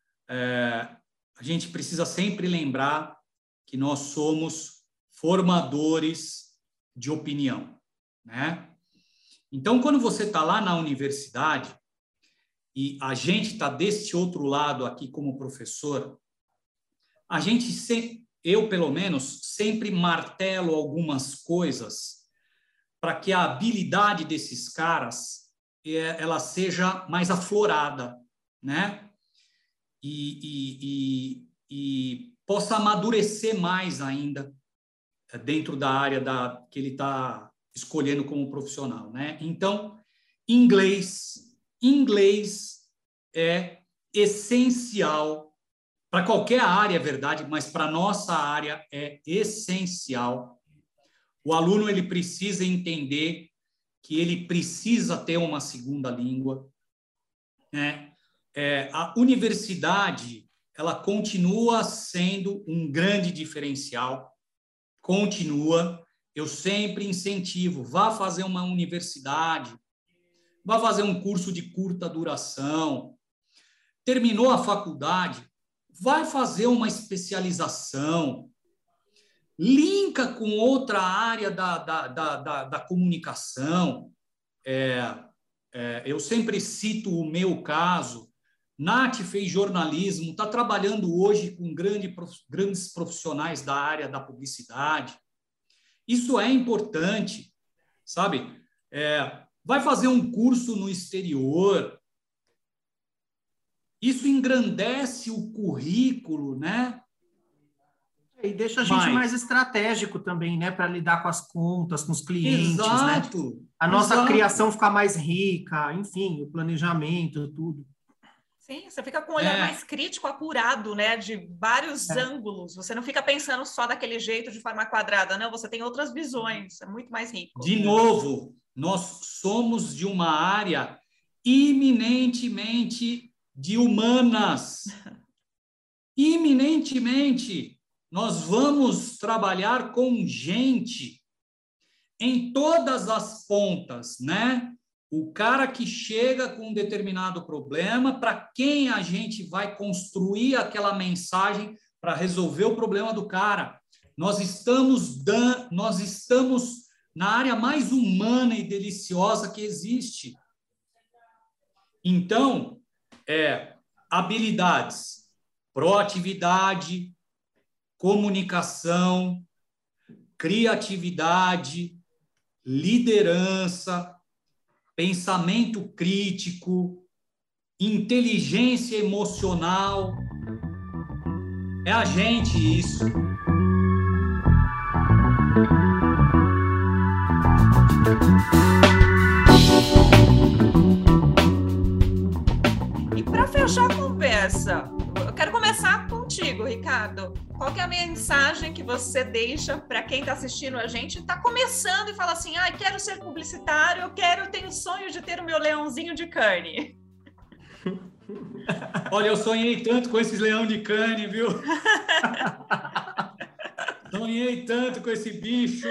a gente precisa sempre lembrar que nós somos formadores de opinião, né? Então, quando você está lá na universidade e a gente está desse outro lado aqui como professor, eu, pelo menos, sempre martelo algumas coisas para que a habilidade desses caras ela seja mais aflorada, né? E possa amadurecer mais ainda dentro da área que ele está escolhendo como profissional, né? Então, inglês é essencial para qualquer área, é verdade, mas para a nossa área é essencial. O aluno ele precisa entender que ele precisa ter uma segunda língua, né? A universidade ela continua sendo um grande diferencial, continua. Eu sempre incentivo, vá fazer uma universidade, vá fazer um curso de curta duração, terminou a faculdade, vai fazer uma especialização, linka com outra área da comunicação. Eu sempre cito o meu caso. Nath fez jornalismo, está trabalhando hoje com grandes profissionais da área da publicidade. Isso é importante, sabe? Vai fazer um curso no exterior. Isso engrandece o currículo, né? E deixa a gente mais estratégico também, né? Para lidar com as contas, com os clientes, exato, né? A nossa criação ficar mais rica, enfim, o planejamento, tudo. Sim, você fica com um olhar mais crítico, apurado, né? De vários ângulos. Você não fica pensando só daquele jeito, de forma quadrada, não. Você tem outras visões, é muito mais rico. De novo, nós somos de uma área eminentemente de humanas. Eminentemente. Nós vamos trabalhar com gente em todas as pontas, né? O cara que chega com um determinado problema, para quem a gente vai construir aquela mensagem para resolver o problema do cara. Nós estamos na área mais humana e deliciosa que existe. Então, habilidades, proatividade, comunicação, criatividade, liderança, pensamento crítico, inteligência emocional. É a gente isso. E para fechar a conversa, eu quero começar contigo, Ricardo. Qual que é a mensagem que você deixa para quem está assistindo a gente, está começando e fala assim, quero ser publicitário, eu tenho o sonho de ter o meu leãozinho de carne. Olha, eu sonhei tanto com esse leão de carne, viu? Sonhei tanto com esse bicho.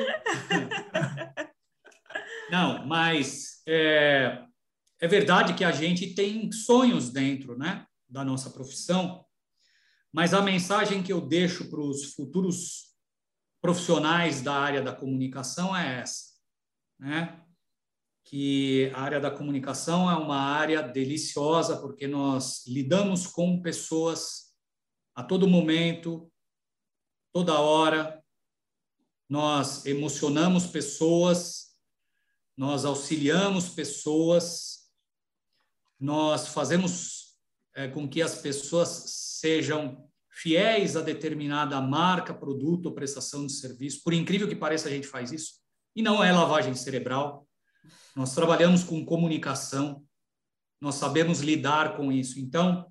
Não, mas é verdade que a gente tem sonhos dentro, né, da nossa profissão. Mas a mensagem que eu deixo para os futuros profissionais da área da comunicação é essa, né? Que a área da comunicação é uma área deliciosa porque nós lidamos com pessoas a todo momento, toda hora. Nós emocionamos pessoas, nós auxiliamos pessoas, nós fazemos com que as pessoas sejam fiéis a determinada marca, produto ou prestação de serviço. Por incrível que pareça, a gente faz isso. E não é lavagem cerebral. Nós trabalhamos com comunicação. Nós sabemos lidar com isso. Então,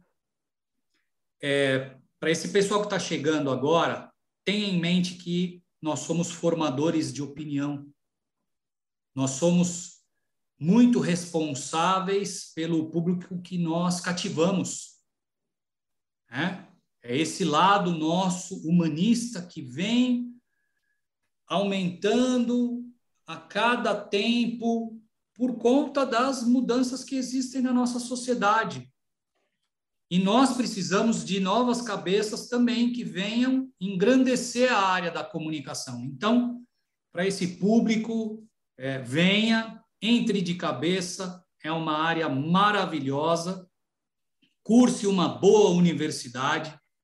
para esse pessoal que está chegando agora, tenha em mente que nós somos formadores de opinião. Nós somos muito responsáveis pelo público que nós cativamos. É esse lado nosso humanista que vem aumentando a cada tempo por conta das mudanças que existem na nossa sociedade. E nós precisamos de novas cabeças também que venham engrandecer a área da comunicação. Então, para esse público, venha, entre de cabeça, é uma área maravilhosa, curse uma boa universidade,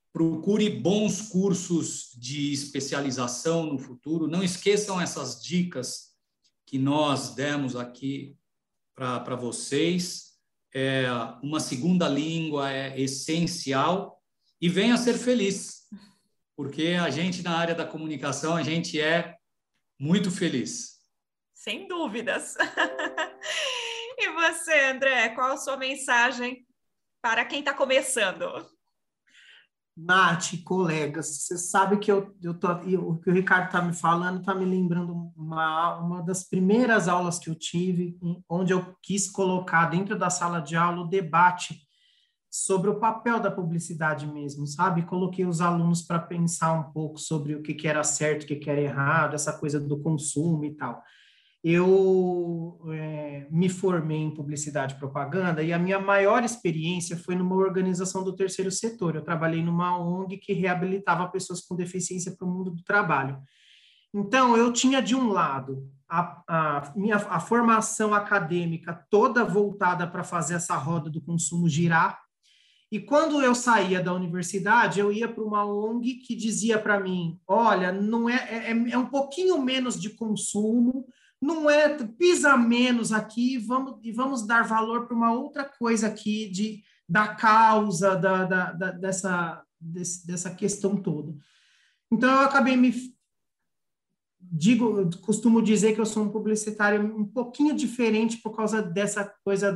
procure bons cursos de especialização no futuro. Não esqueçam essas dicas que nós demos aqui para vocês. Uma segunda língua é essencial e venha ser feliz, porque a gente na área da comunicação, a gente é muito feliz. Sem dúvidas. E você, André, qual a sua mensagem para quem está começando? Nath, colegas, você sabe que o que o Ricardo está me falando está me lembrando uma das primeiras aulas que eu tive, onde eu quis colocar dentro da sala de aula o debate sobre o papel da publicidade mesmo, sabe? Coloquei os alunos para pensar um pouco sobre o que era certo, o que era errado, essa coisa do consumo e tal. Eu me formei em publicidade e propaganda e a minha maior experiência foi numa organização do terceiro setor. Eu trabalhei numa ONG que reabilitava pessoas com deficiência para o mundo do trabalho. Então, eu tinha, de um lado, a formação acadêmica toda voltada para fazer essa roda do consumo girar, e quando eu saía da universidade, eu ia para uma ONG que dizia para mim, olha, não é um pouquinho menos de consumo, não é, pisa menos aqui, vamos dar valor para uma outra coisa aqui da causa, dessa questão toda. Então, eu acabei costumo dizer que eu sou um publicitário um pouquinho diferente por causa dessa coisa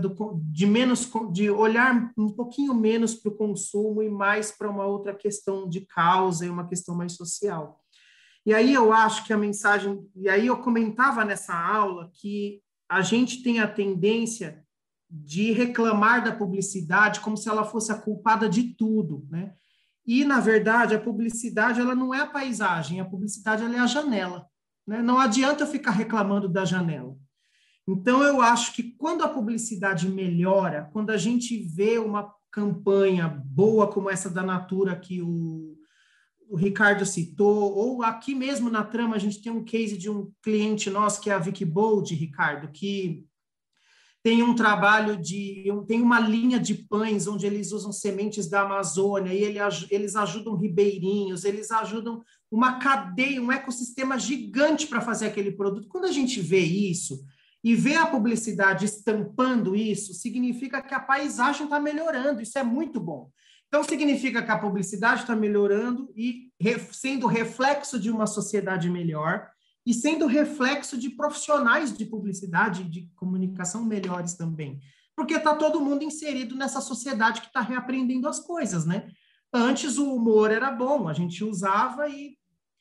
de olhar um pouquinho menos para o consumo e mais para uma outra questão de causa e uma questão mais social. E aí eu acho que a mensagem... E aí eu comentava nessa aula que a gente tem a tendência de reclamar da publicidade como se ela fosse a culpada de tudo, né? E, na verdade, a publicidade ela não é a paisagem, a publicidade ela é a janela, né? Não adianta eu ficar reclamando da janela. Então, eu acho que quando a publicidade melhora, quando a gente vê uma campanha boa como essa da Natura que o Ricardo citou, ou aqui mesmo na Trama a gente tem um case de um cliente nosso, que é a Vicky Bold, Ricardo, que tem um trabalho tem uma linha de pães onde eles usam sementes da Amazônia e eles ajudam ribeirinhos, eles ajudam uma cadeia, um ecossistema gigante para fazer aquele produto. Quando a gente vê isso e vê a publicidade estampando isso, significa que a paisagem está melhorando, isso é muito bom. Então, significa que a publicidade está melhorando e sendo reflexo de uma sociedade melhor e sendo reflexo de profissionais de publicidade e de comunicação melhores também. Porque está todo mundo inserido nessa sociedade que está reaprendendo as coisas, né? Antes o humor era bom, a gente usava e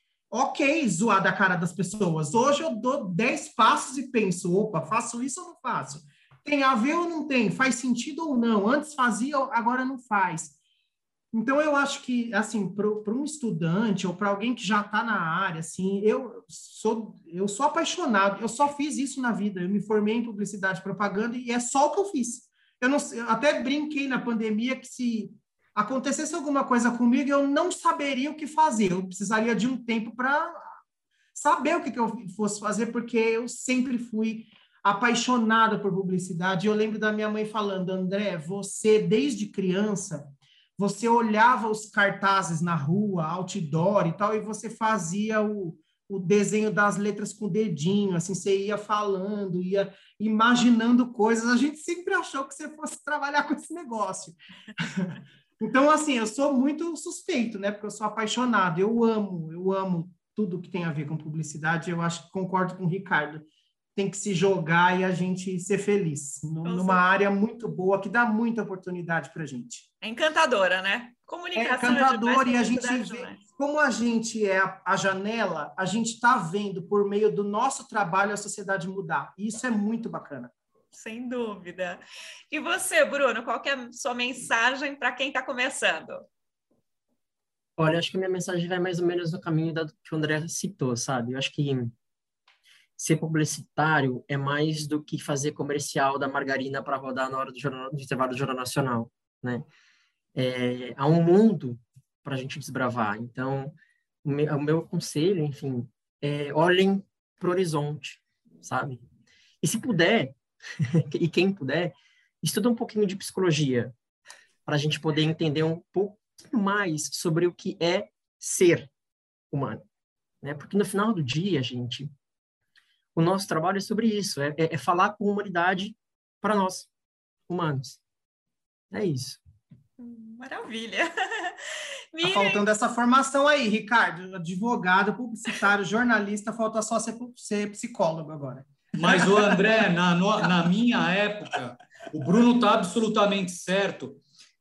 ok, zoar da cara das pessoas. Hoje eu dou 10 passos e penso, opa, faço isso ou não faço? Tem a ver ou não tem? Faz sentido ou não? Antes fazia, agora não faz. Então, eu acho que, assim, para um estudante ou para alguém que já está na área, assim, eu sou apaixonado, eu só fiz isso na vida, eu me formei em publicidade e propaganda e é só o que eu fiz. Eu até brinquei na pandemia que se acontecesse alguma coisa comigo, eu não saberia o que fazer, eu precisaria de um tempo para saber o que eu fosse fazer, porque eu sempre fui apaixonada por publicidade. Eu lembro da minha mãe falando, André, você, desde criança... Você olhava os cartazes na rua, outdoor e tal, e você fazia o desenho das letras com o dedinho, assim, você ia falando, ia imaginando coisas. A gente sempre achou que você fosse trabalhar com esse negócio. Então, assim, eu sou muito suspeito, né? Porque eu sou apaixonado, eu amo tudo que tem a ver com publicidade. Eu acho que concordo com o Ricardo. Tem que se jogar e a gente ser feliz, numa área muito boa, que dá muita oportunidade para a gente. É encantadora, né? Comunicação é encantadora e a gente vê, como a gente é a janela, a gente está vendo, por meio do nosso trabalho, a sociedade mudar. E isso é muito bacana. Sem dúvida. E você, Bruno, qual que é a sua mensagem para quem está começando? Olha, acho que a minha mensagem vai mais ou menos no caminho que o André citou, sabe? Eu acho que ser publicitário é mais do que fazer comercial da margarina para rodar na hora do intervalo do Jornal Nacional, né? Há um mundo para a gente desbravar. Então, o meu conselho, enfim, olhem para o horizonte, sabe? E se puder, e quem puder, estuda um pouquinho de psicologia, para a gente poder entender um pouco, mais sobre o que é ser humano, né? Porque no final do dia, gente, o nosso trabalho é sobre isso, é falar com a humanidade para nós, humanos. É isso. Maravilha. Tá faltando essa formação aí, Ricardo. Advogado, publicitário, jornalista, falta só ser psicólogo agora. Mas o André, na minha época, o Bruno está absolutamente certo.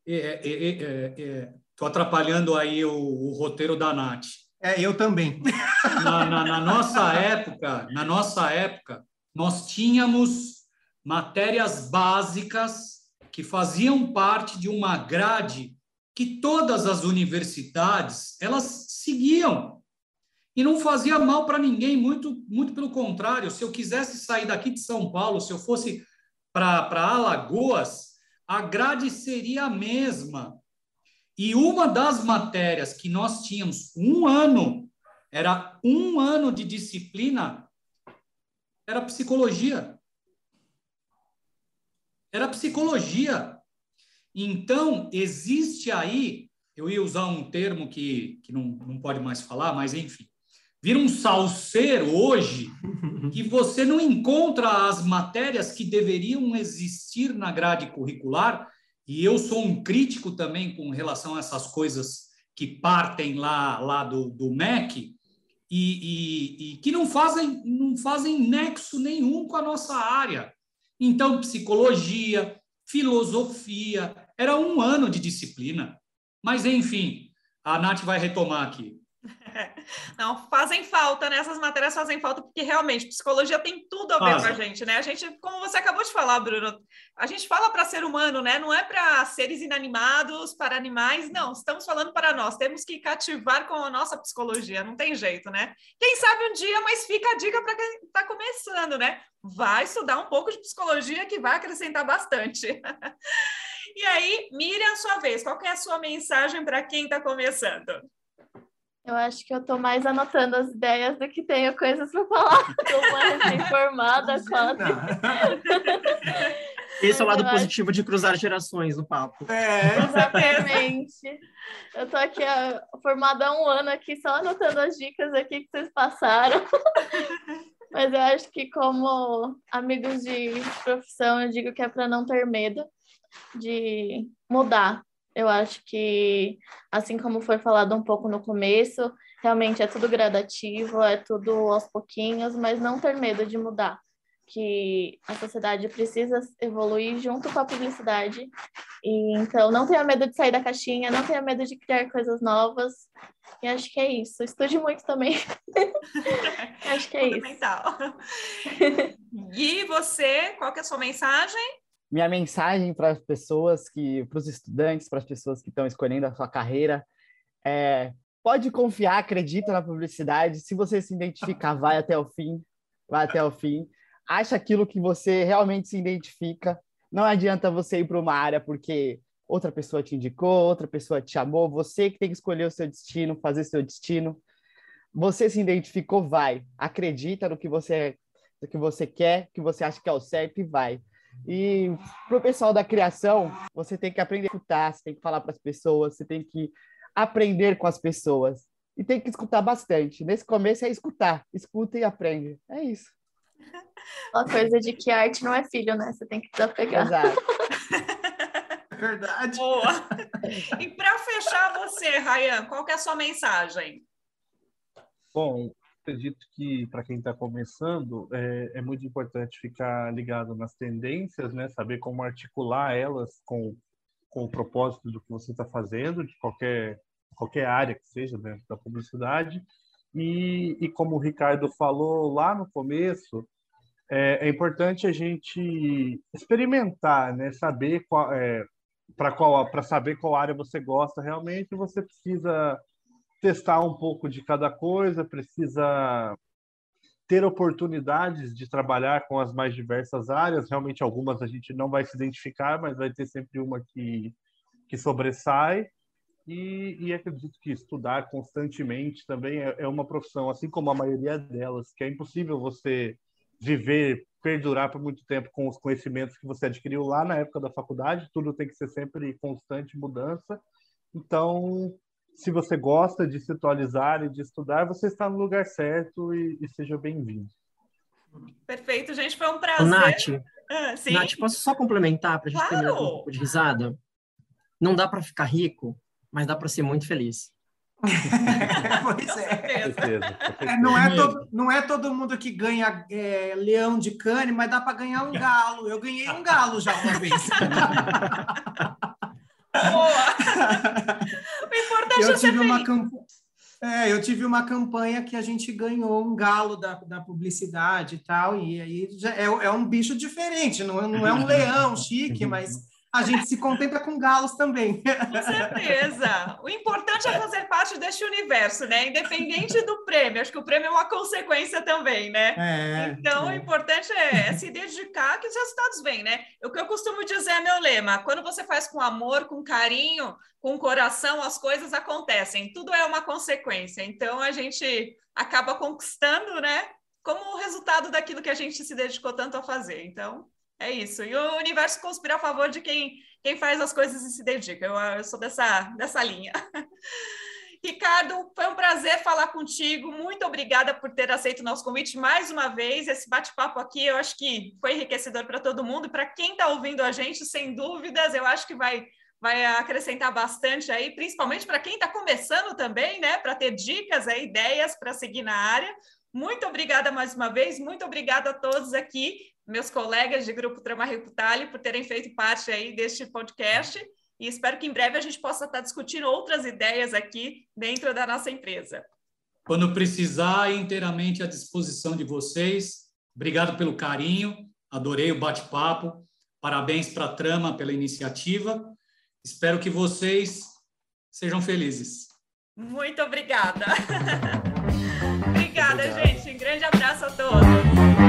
Estou atrapalhando aí o roteiro da Nath. Eu também. Na nossa época, nós tínhamos matérias básicas que faziam parte de uma grade que todas as universidades elas seguiam. E não fazia mal para ninguém, muito, muito pelo contrário. Se eu quisesse sair daqui de São Paulo, se eu fosse para Alagoas, a grade seria a mesma. E uma das matérias que nós tínhamos era um ano de disciplina, era psicologia. Era psicologia. Então, existe aí, eu ia usar um termo que não pode mais falar, mas enfim, vira um salseiro hoje que você não encontra as matérias que deveriam existir na grade curricular, e eu sou um crítico também com relação a essas coisas que partem lá do MEC e que não fazem nexo nenhum com a nossa área. Então, psicologia, filosofia, era um ano de disciplina. Mas, enfim, a Nath vai retomar aqui. Não, fazem falta, né? Essas matérias fazem falta, porque realmente psicologia tem tudo a ver com a gente, né? A gente, como você acabou de falar, Bruno, a gente fala para ser humano, né? Não é para seres inanimados, para animais, não. Estamos falando para nós. Temos que cativar com a nossa psicologia, não tem jeito, né? Quem sabe um dia, mas fica a dica para quem está começando, né? Vai estudar um pouco de psicologia que vai acrescentar bastante. E aí, Miriam, sua vez, qual que é a sua mensagem para quem está começando? Eu acho que eu tô mais anotando as ideias do que tenho coisas para falar. Tô mais informada, quase. Esse é o lado positivo de cruzar gerações no papo. Exatamente. Eu tô aqui formada há um ano aqui, só anotando as dicas aqui que vocês passaram. Mas eu acho que como amigos de profissão, eu digo que é para não ter medo de mudar. Eu acho que, assim como foi falado um pouco no começo, realmente é tudo gradativo, é tudo aos pouquinhos, mas não ter medo de mudar, que a sociedade precisa evoluir junto com a publicidade. E então, não tenha medo de sair da caixinha, não tenha medo de criar coisas novas. E acho que é isso. Estude muito também. Acho que é fundamental. Gui, você, qual que é a sua mensagem? Minha mensagem para as pessoas para os estudantes, para as pessoas que estão escolhendo a sua carreira, pode confiar, acredita na publicidade. Se você se identificar, vai até o fim. Acha aquilo que você realmente se identifica. Não adianta você ir para uma área porque outra pessoa te indicou, outra pessoa te chamou. Você que tem que escolher o seu destino, fazer seu destino. Você se identificou, vai. Acredita no que você quer, que você acha que é o certo e vai. E para o pessoal da criação, você tem que aprender a escutar, você tem que falar para as pessoas, você tem que aprender com as pessoas. E tem que escutar bastante. Nesse começo é escutar. Escuta e aprende. É isso. Uma coisa de que a arte não é filho, né? Você tem que desapegar. Exato. Verdade. Boa. E para fechar você, Rayan, qual que é a sua mensagem? Bom, acredito que para quem está começando é muito importante ficar ligado nas tendências, né? Saber como articular elas com o propósito do que você está fazendo, de qualquer área que seja dentro da publicidade. E como o Ricardo falou lá no começo, é importante a gente experimentar, né? Saber para saber qual área você gosta realmente, você precisa testar um pouco de cada coisa, precisa ter oportunidades de trabalhar com as mais diversas áreas. Realmente, algumas a gente não vai se identificar, mas vai ter sempre uma que sobressai. E acredito que estudar constantemente também é uma profissão, assim como a maioria delas, que é impossível você viver, perdurar por muito tempo com os conhecimentos que você adquiriu lá na época da faculdade. Tudo tem que ser sempre constante mudança. Então, se você gosta de se atualizar e de estudar, você está no lugar certo e seja bem-vindo. Perfeito, gente, foi um prazer. Nath, Nath, posso só complementar para a gente terminar com um pouco de risada? Não dá para ficar rico, mas dá para ser muito feliz. Pois é. Não é todo mundo que ganha leão de cane, mas dá para ganhar um galo. Eu ganhei um galo já uma vez. Boa! O importante é ser feliz. Eu tive uma campanha que a gente ganhou um galo da publicidade e tal, e aí já é um bicho diferente, não é um leão chique, mas a gente se contenta com galos também. Com certeza. O importante é fazer parte deste universo, né? Independente do prêmio. Acho que o prêmio é uma consequência também, né? Então, o importante é se dedicar que os resultados vêm, né? O que eu costumo dizer é meu lema. Quando você faz com amor, com carinho, com coração, as coisas acontecem. Tudo é uma consequência. Então, a gente acaba conquistando, né? Como o resultado daquilo que a gente se dedicou tanto a fazer. Então... é isso. E o universo conspira a favor de quem faz as coisas e se dedica. Eu sou dessa linha. Ricardo, foi um prazer falar contigo. Muito obrigada por ter aceito o nosso convite mais uma vez. Esse bate-papo aqui, eu acho que foi enriquecedor para todo mundo. Para quem está ouvindo a gente, sem dúvidas, eu acho que vai acrescentar bastante aí, principalmente para quem está começando também, né? Para ter dicas, ideias para seguir na área. Muito obrigada mais uma vez. Muito obrigada a todos aqui, meus colegas de Grupo Trama Reputali, por terem feito parte aí deste podcast, e espero que em breve a gente possa estar discutindo outras ideias aqui dentro da nossa empresa. Quando precisar, inteiramente à disposição de vocês. Obrigado pelo carinho, adorei o bate-papo, parabéns para a Trama pela iniciativa, espero que vocês sejam felizes. Muito obrigada. Obrigada, gente. Um grande abraço a todos.